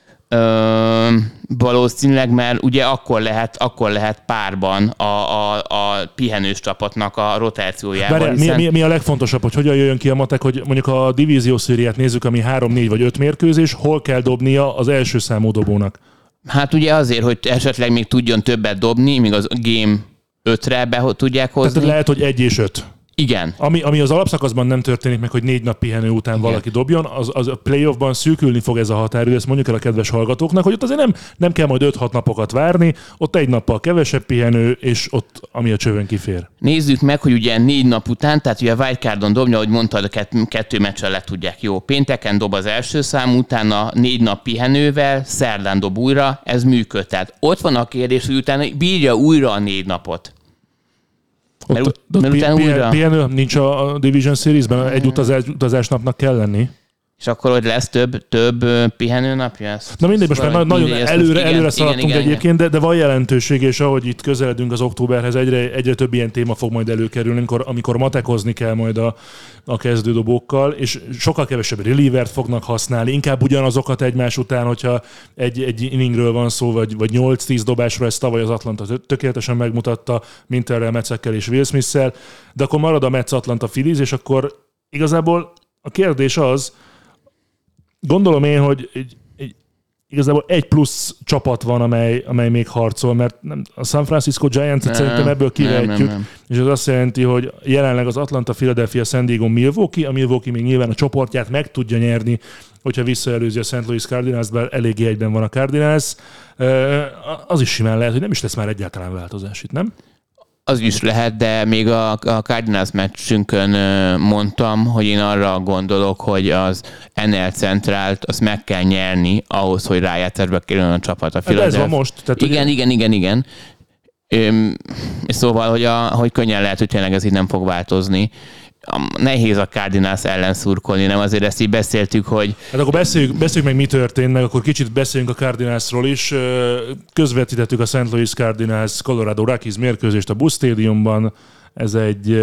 Ö, valószínűleg, mert ugye akkor lehet, akkor lehet párban a, a, a pihenős csapatnak a rotációjával. Bár, hiszen... mi, mi, mi a legfontosabb, hogy hogyan jöjjön ki a matek, hogy mondjuk a divíziós szériát nézzük, ami három, négy vagy öt mérkőzés, hol kell dobnia az első számú dobónak? Hát ugye azért, hogy esetleg még tudjon többet dobni, míg az game ötre be tudják hozni. Tehát lehet, hogy egy és öt. Igen. Ami, ami az alapszakaszban nem történik meg, hogy négy nap pihenő után igen, valaki dobjon, az, az a playoffban szűkülni fog ez a határidő, ezt mondjuk el a kedves hallgatóknak, hogy ott azért nem, nem kell majd öt-hat napokat várni, ott egy nappal kevesebb pihenő, és ott ami a csövön kifér. Nézzük meg, hogy ugye négy nap után, tehát ugye a wildcardon dobja, ahogy mondtad, a kettő, kettő meccsel le tudják. Jó, pénteken dob az első szám, utána négy nap pihenővel, szerdán dob újra, ez működ. Tehát ott van a kérdés, hogy utána bírja újra a négy napot. Mert, ott, mert ott utána újra... pihenő nincs a Division Series-ben, egy utazás, utazásnapnak kell lenni. És akkor, hogy lesz több, több pihenőnapja? Ezt, Na mindegy, most már nagyon előre, igen, előre szaladtunk igen, egyébként, igen. De, de van jelentőség, és ahogy itt közeledünk az októberhez, egyre, egyre több ilyen téma fog majd előkerülni, amikor, amikor matekozni kell majd a, a kezdődobókkal, és sokkal kevesebb relievert fognak használni, inkább ugyanazokat egymás után, hogyha egy, egy inningről van szó, vagy, vagy nyolc-tíz dobásról, ezt tavaly az Atlanta tökéletesen megmutatta, Minterrel, Metszekkel és Will Smith-szel, de akkor marad a Mets Atlanta Phillies, és akkor igazából a kérdés az, gondolom én, hogy egy, egy, igazából egy plusz csapat van, amely, amely még harcol, mert nem, a San Francisco Giants-et szerintem ebből kivehetjük, és az azt jelenti, hogy jelenleg az Atlanta, Philadelphia, San Diego, Milwaukee, a Milwaukee még nyilván a csoportját meg tudja nyerni, hogyha visszaelőzi a Saint Louis Cardinals, bár eléggé egyben van a Cardinals, az is simán lehet, hogy nem is lesz már egyáltalán változás itt, nem? Az is lehet, de még a, a Cardinals meccsünkön mondtam, hogy én arra gondolok, hogy az en el Centrált azt meg kell nyerni ahhoz, hogy rájátszásba kerüljön a csapat. A hát ez van most. Tehát igen, ugye... igen, igen, igen. Üm, szóval, hogy, a, hogy könnyen lehet, hogy tényleg ez így nem fog változni. Nehéz a Cardinals ellen szurkolni, nem? Azért ezt így beszéltük, hogy... Hát akkor beszéljük, beszéljük meg, mi történt, meg akkor kicsit beszéljünk a Cardinalsról is. Közvetítettük a Saint Louis Cardinals Colorado Rockies mérkőzést a Busch Stadiumban. Ez egy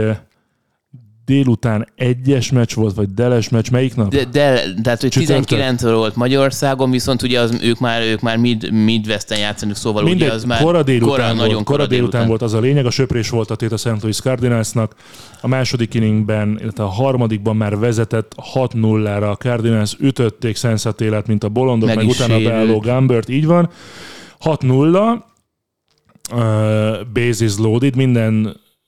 délután egyes meccs volt, vagy deles meccs, melyik nap? De, de tehát, hogy tizenkilenc óra volt Magyarországon, viszont ugye az, ők már, ők már mid, Midwesten játszanak, szóval mindegy, ugye az már kora délután, kora, volt, nagyon kora délután, délután volt az a lényeg, a söprés volt a tét a Saint Louis Cardinalsnak. A második inningben, illetve a harmadikban már vezetett hat nullára a Cardinals, ütötték Sensatélát, mint a bolondok, meg, meg utána beálló Gumbert, így van. hat nulla, uh, bases loaded, minden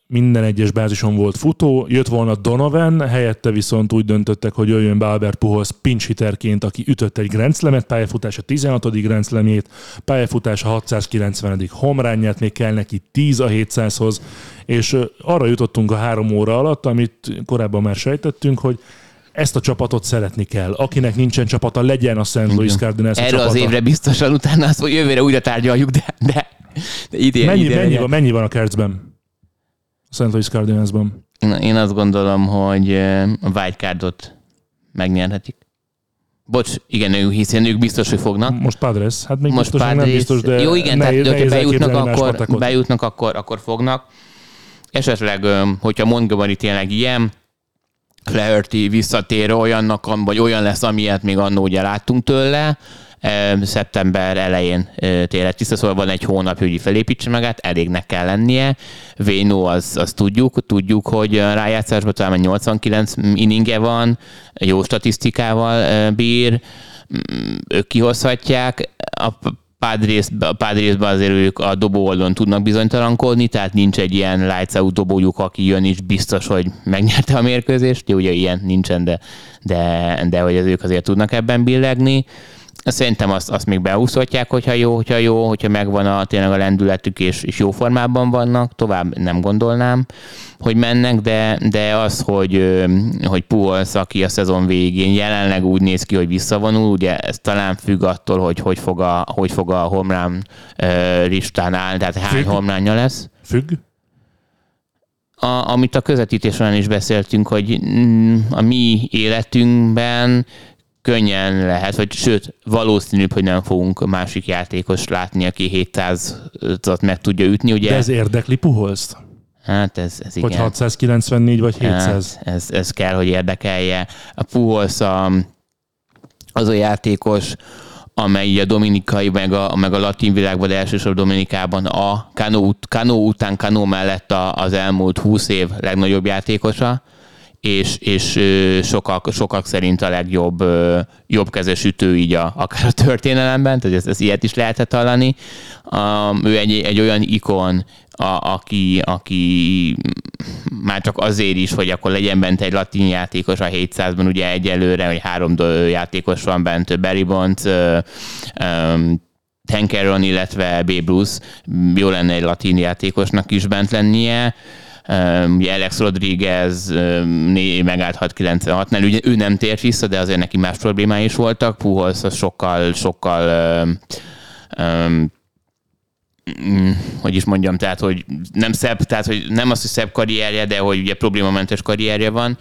minden egyes bázison volt futó, jött volna Donovan, helyette viszont úgy döntöttek, hogy jöjjön be Albert Pujols pinch hitterként, aki ütött egy Grand Slamet, pályafutása tizenhatodik Grand Slamjét, pályafutása hatszázkilencvenedik homránját, még kell neki tíz a hétszázhoz, és arra jutottunk a három óra alatt, amit korábban már sejtettünk, hogy ezt a csapatot szeretni kell. Akinek nincsen csapata, legyen a Saint Louis Cardinals Erre csapata. az évre biztosan utána azt, hogy jövőre újra tárgyaljuk, de, de, de idén, mennyi, idén, mennyi, van, mennyi van a Kercben? A Saint Louis Cardinalsban? Én azt gondolom, hogy a wildcardot megnyerhetik. Bocs, igen, ők, hiszen ők biztos, hogy fognak. Most Padres, hát még Most biztos, Padres, nem biztos, de jó, igen, nehéz, tehát, hogyha bejutnak, akkor, akkor, bejutnak akkor, akkor fognak. Esetleg, hogyha Montgomery tényleg ilyen, Flaherty visszatér olyannak, vagy olyan lesz, amilyet még annó ugye láttunk tőle, szeptember elején tényleg tiszta, szóval van egy hónap, hogy felépítse magát, elégnek kell lennie. Vénó, az, az tudjuk, tudjuk, hogy rájátszásban talán nyolcvankilenc inningje van, jó statisztikával bír, ők kihozhatják. A Padresben azért ők a dobó oldalon tudnak bizonytalankodni, tehát nincs egy ilyen lights out dobójuk, aki jön is biztos, hogy megnyerte a mérkőzést. Ugye ilyen nincsen, de, de, de hogy az ők azért tudnak ebben billegni. Szerintem azt, azt még beúszhatják, hogyha jó, hogyha jó, hogyha megvan a, tényleg a lendületük, és, és jó formában vannak, tovább nem gondolnám, hogy mennek, de, de az, hogy, hogy Pujols, aki a szezon végén jelenleg úgy néz ki, hogy visszavonul, ugye ez talán függ attól, hogy hogy fog a, hogy fog a home run listán állni, tehát hány home runja lesz. Függ? A, amit a közvetítés során is beszéltünk, hogy a mi életünkben könnyen lehet, vagy sőt, valószínűbb, hogy nem fogunk másik játékos látni, aki hétszázat meg tudja ütni. Ugye? De ez érdekli Puholst? Hát ez, ez igen. Hogy hatszázkilencvennégy vagy hétszáz? Hát ez, ez kell, hogy érdekelje. A Pujols a, az a játékos, amely a dominikai, meg a, meg a latin világban, de elsősorban Dominikában a Cano, Cano után Cano mellett a, az elmúlt húsz év legnagyobb játékosa, és, és sokak, sokak szerint a legjobb jobbkezes ütő így a, akár a történelemben, tehát ez, ez ilyet is lehetett hallani. Um, ő egy, egy olyan ikon, a, aki, aki már csak azért is, hogy akkor legyen bent egy latin játékos a hétszázban, ugye egyelőre, hogy három játékos van bent, Barry Bonds, um, Hank Aaron, illetve Babe Ruth, jó lenne egy latin játékosnak is bent lennie. Um, ugye Alex Rodriguez um, megállhat kilencvenhatnál, ugye ő nem tért vissza, de azért neki más problémái is voltak. Pujols az sokkal, sokkal um, um, hogy is mondjam, tehát, hogy nem szebb, tehát, hogy nem az, hogy szebb karrierje, de hogy ugye problémamentes karrierje van.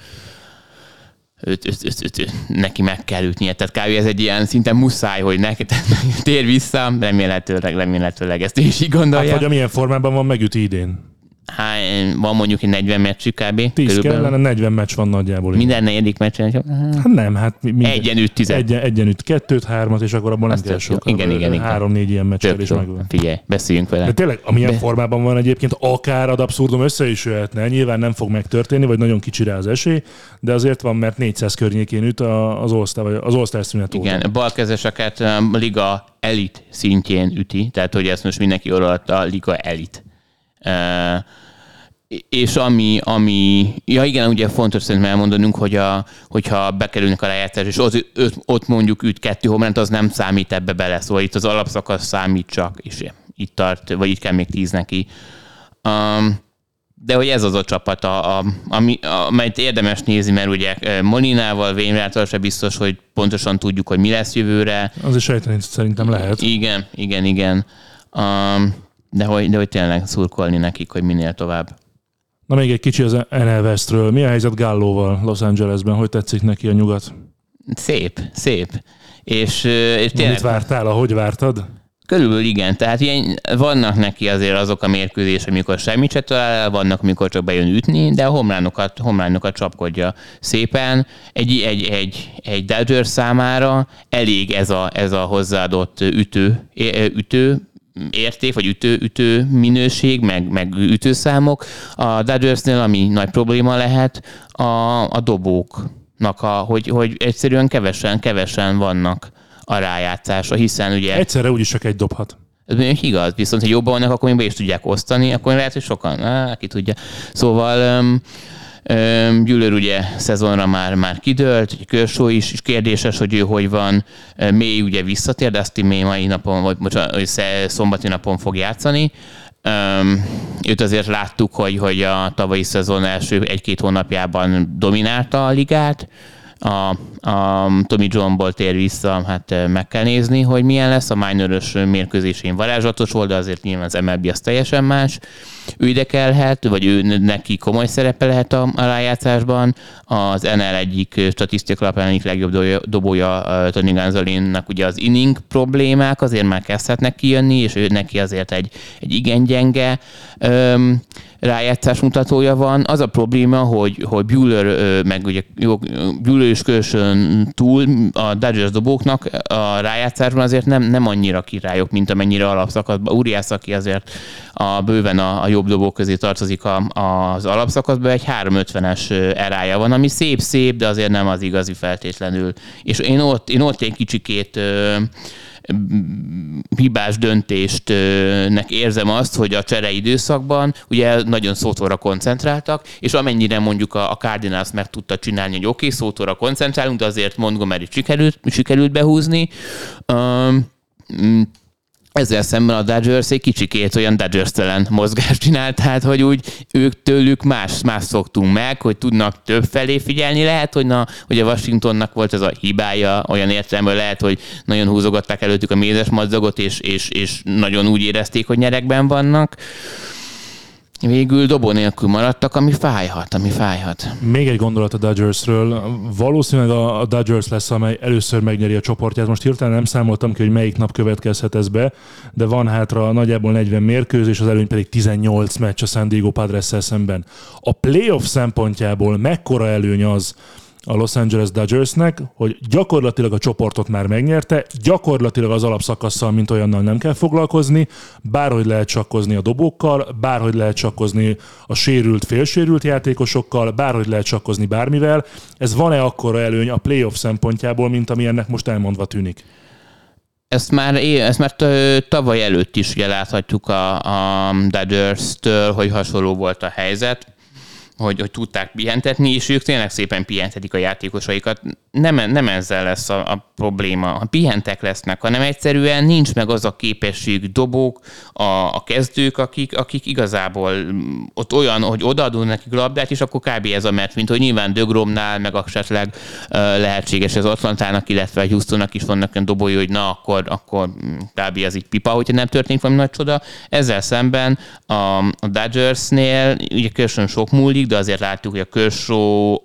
Őt, őt, őt, őt, őt, neki meg kell ütnie. Tehát kb. Ez egy ilyen szinte muszáj, hogy neki tér vissza, remélhetőleg, remélhetőleg ezt is így gondolja. Hát vagy amilyen formában van, megüti idén. Hát van mondjuk egy negyven meccsük kb. tíz kellene, negyven meccs van nagyjából. Minden negyedik meccsen. Hát nem, hát minden, egyen üt tized. Egyen, egyen üt kettőt, hármat, és akkor abban nem kell sok. Igen, igen, igen. Három-négy ilyen meccsel is megvan. Figyelj, beszéljünk vele. De tényleg, amilyen Be... formában van egyébként, akár ad abszurdum össze is jöhetne. Nyilván nem fog megtörténni, vagy nagyon kicsi rá az esély, de azért van, mert négyszáz környékén üt az All-Star, vagy az All-Star szünet óta. Igen, balkezeseket a liga elit szintjén üti, tehát hogy ezt most mindenki orralatta a liga elit. Uh, És ami, ami, ja igen, ugye fontos szerintem elmondanunk, hogy a, hogyha bekerülnek a lejátszás, és ott, ott mondjuk üt kettő homerant, az nem számít ebbe bele, szóval itt az alapszakasz számít csak, és itt tart, vagy itt kell még tíz neki. Um, de hogy ez az a csapat, a, a, ami, amelyet érdemes nézni, mert ugye Molinával, Wainwrighttal se biztos, hogy pontosan tudjuk, hogy mi lesz jövőre. Az is sejteni szerintem lehet. Igen, igen, igen. Um, de, hogy, de hogy tényleg szurkolni nekik, hogy minél tovább. Na még egy kicsi az en el Westről. Mi a helyzet Gallóval Los Angelesben? Hogy tetszik neki a nyugat? Szép, szép. És, és tényleg... Mit vártál, ahogy vártad? Körülbelül igen. Tehát ilyen, vannak neki azért azok a mérkőzések, amikor semmit se talál el, vannak, amikor csak bejön ütni, de a homránokat, homránokat csapkodja szépen. Egy, egy, egy, egy Dodgers számára elég ez a, ez a hozzáadott ütő, ütő érték, vagy ütő, ütő minőség, meg, meg ütőszámok. A Dodgersnél, ami nagy probléma lehet, a, a dobóknak, a, hogy, hogy egyszerűen kevesen, kevesen vannak a rájátszásra, hiszen ugye... Egyszerre úgyis csak egy dobhat. Ez még igaz, viszont ha jobban vannak, akkor még be is tudják osztani, akkor lehet, hogy sokan, á, ki tudja. Szóval um, um, Buehler ugye szezonra már, már kidőlt, Kershaw is, is kérdéses, hogy ő hogy van. May ugye visszatér, de Dustin May mai napon, vagy bocsánat, szombati napon fog játszani. Um, őt azért láttuk, hogy, hogy a tavalyi szezon első egy-két hónapjában dominálta a ligát. A, a Tommy Johnból tér vissza, hát meg kell nézni, hogy milyen lesz. A minor-ös mérkőzésén varázslatos volt, de azért nyilván az em el bé az teljesen más. Ő idekelhet, vagy ő neki komoly szerepe lehet a, a rájátszásban. Az en el egyik statisztikai alapján egyik legjobb dobója Tony Gonsolinnak ugye az inning problémák azért már kezdhetnek kijönni, és ő neki azért egy, egy igen gyenge öm, rájátszás mutatója van. Az a probléma, hogy, hogy Buehler, meg ugye Buehler és Kershaw túl a Dodgers dobóknak a rájátszásban azért nem, nem annyira királyok, mint amennyire alapszakaszban. Urias, aki azért a bőven a, a jobb dobók közé tartozik a, az alapszakaszban, egy háromszázötvenes erája van, ami szép-szép, de azért nem az igazi feltétlenül. És én ott, én ott egy kicsikét ö, hibás döntésnek érzem azt, hogy a csere időszakban ugye nagyon Sotóra koncentráltak, és amennyire mondjuk a, a Cardinals meg tudta csinálni, hogy oké, okay, Sotóra koncentrálunk, de azért Montgomery sikerült, sikerült behúzni. Um, Ezzel szemben a Dodgers egy kicsikét olyan Dodgers-telen mozgást csinált, tehát hogy úgy ők tőlük más, más szoktunk meg, hogy tudnak több felé figyelni. Lehet, hogy, na, hogy a Washingtonnak volt ez a hibája, olyan értelemben lehet, hogy nagyon húzogatták előttük a mézes madzagot, és, és, és nagyon úgy érezték, hogy nyerekben vannak. Végül dobó nélkül maradtak, ami fájhat, ami fájhat. Még egy gondolat a Dodgersről. Valószínűleg a Dodgers lesz, amely először megnyeri a csoportját. Most hirtelen nem számoltam ki, hogy melyik nap következhet ez be, de van hátra nagyjából negyven mérkőzés, az előny pedig tizennyolc meccs a San Diego Padresszel szemben. A playoff szempontjából mekkora előny az a Los Angeles Dodgersnek, hogy gyakorlatilag a csoportot már megnyerte, gyakorlatilag az alapszakasszal, mint olyannal nem kell foglalkozni, bárhogy lehet sakkozni a dobókkal, bárhogy lehet sakkozni a sérült, félsérült játékosokkal, bárhogy lehet sakkozni bármivel. Ez van-e akkora előny a playoff szempontjából, mint ami ennek most elmondva tűnik? Ezt már, ezt már tavaly előtt is ugye láthatjuk a, a Dodgers-től, hogy hasonló volt a helyzet. Hogy, hogy tudták pihentetni, és ők tényleg szépen pihentetik a játékosaikat. Nem, nem ezzel lesz a, a probléma. Ha pihentek lesznek, hanem egyszerűen nincs meg az a képesség dobók, a, a kezdők, akik, akik igazából ott olyan, hogy odaadunk nekik labdát, és akkor kb. Ez a meccs, mint hogy nyilván DeGromnál, meg esetleg uh, lehetséges az Atlantának, illetve a Houstonnak is vannak olyan dobói, hogy na, akkor, akkor kb. Ez így pipa, hogyha nem történik valami nagy csoda. Ezzel szemben a, a Dodgersnél ugye Kershaw sok múlik, de azért látjuk, hogy a Kershaw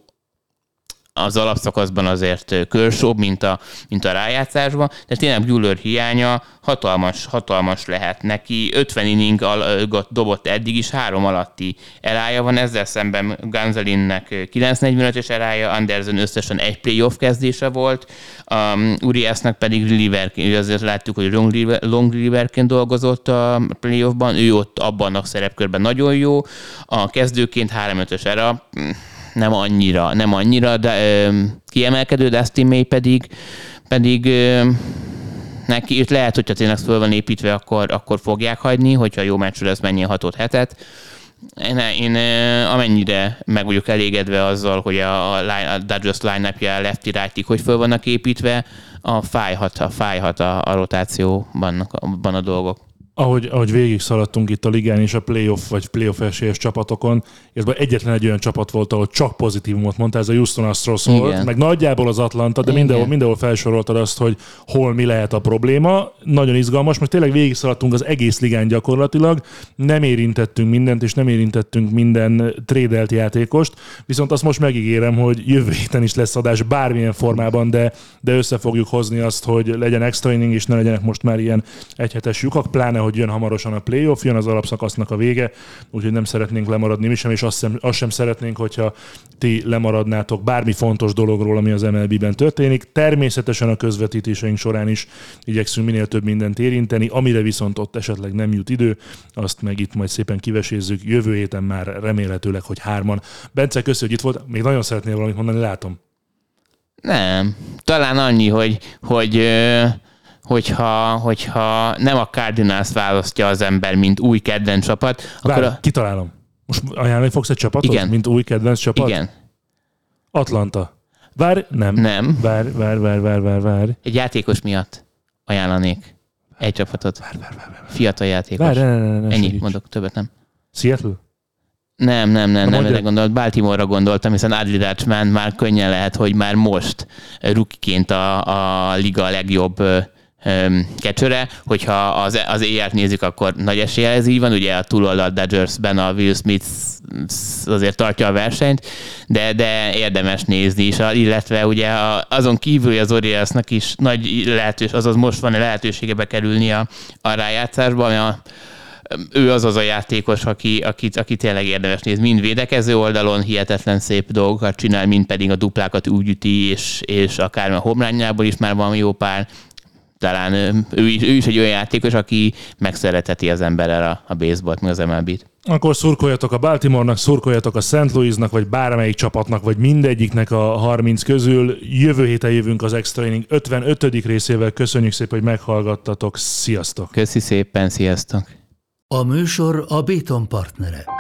az alapszakaszban azért Kershaw, mint a, mint a rájátszásban, de tényleg Buehler hiánya hatalmas, hatalmas lehet neki. ötven inningot dobott eddig is, három alatti erája van, ezzel szemben Gonsolinnek kilencszáznegyvenötös erája, Anderson összesen egy playoff kezdése volt, um, Uriasnak pedig reliever, azért látjuk, hogy long, reliever, long relieverként dolgozott a playoffban, ő ott abban a szerepkörben nagyon jó, a kezdőként három ötös era, nem annyira, nem annyira, de ö, kiemelkedő, Dustin May pedig, pedig ö, neki itt lehet, hogyha tényleg föl van építve, akkor, akkor fogják hagyni, hogyha jó meccsről lesz mennyi hatot hetet. Én, én amennyire meg vagyok elégedve azzal, hogy a, a Dodgers line-upja lefty-rightig, hogy föl vannak építve, a fájhat, a, fájhat a, a rotációban a, a dolgok. Ahogy, ahogy végig szaladtunk itt a ligán és a playoff vagy playoff esélyes csapatokon, ez egyetlen egy olyan csapat volt, ahol csak pozitívumot mondta, ez a Houston Astros volt, meg nagyjából az Atlanta, de mindenhol, mindenhol felsoroltad azt, hogy hol mi lehet a probléma. Nagyon izgalmas, most tényleg végig szaladtunk az egész ligán gyakorlatilag, nem érintettünk mindent, és nem érintettünk minden trédelt játékost, viszont azt most megígérem, hogy jövő héten is lesz adás bármilyen formában, de, de össze fogjuk hozni azt, hogy legyen extra inning, és ne legyenek most már ilyen egyhetes lyukak, pláne hogy jön hamarosan a playoff, jön az alapszakasznak a vége, úgyhogy nem szeretnénk lemaradni mi sem, és azt sem, azt sem szeretnénk, hogyha ti lemaradnátok bármi fontos dologról, ami az em el bé-ben történik. Természetesen a közvetítéseink során is igyekszünk minél több mindent érinteni, amire viszont ott esetleg nem jut idő, azt meg itt majd szépen kivesézzük. Jövő héten már remélhetőleg, hogy hárman. Bence, köszi, hogy itt volt. Még nagyon szeretnél valamit mondani, látom. Nem. Talán annyi, hogy, hogy hogyha, hogyha nem a Cardinals választja az ember, mint új kedvenc csapat, Várj, akkor a... kitalálom. Most ajánlani fogsz egy csapatot? Igen. Mint új kedvenc csapat? Igen. Atlanta. Várj, nem. Nem. Várj, várj, várj, várj, várj, várj. Egy játékos miatt ajánlanék egy csapatot. Várj, várj, várj, várj. Fiatal játékos. Várj, ne, ne, ne, ne, Ennyi, segíts. mondok, többet nem. Seattle? Nem, nem, nem, Na, nem mondja. erre gondolt. Baltimore-ra gondoltam, hiszen Adley Rutschman már könnyen lehet, hogy már most rukiként a, a liga legjobb catchere, hogyha az, az é er-t nézzük, akkor nagy eséllyel ez így van, ugye a túloldalt Dodgersben a Will Smith azért tartja a versenyt, de, de érdemes nézni is, illetve ugye azon kívül az Orioles-nak is nagy lehetőség, azaz most van a lehetősége bekerülni a, a rájátszásba, ami a ő az az a játékos, aki, aki, aki tényleg érdemes nézni. Mind védekező oldalon hihetetlen szép dolgokat csinál, mind pedig a duplákat úgy üti, és, és akár a homrányából is már van jó pár. Talán ő is, ő is egy olyan játékos, aki megszereteti az emberrel a, a baseballt, meg az em el bé-t. Akkor szurkoljatok a Baltimore-nak, szurkoljatok a Saint Louisnak, vagy bármelyik csapatnak, vagy mindegyiknek a harminc közül. Jövő héten jövünk az Extra Inning ötvenötödik részével. Köszönjük szépen, hogy meghallgattatok. Sziasztok! Köszi szépen, sziasztok! A műsor a Béton partnere.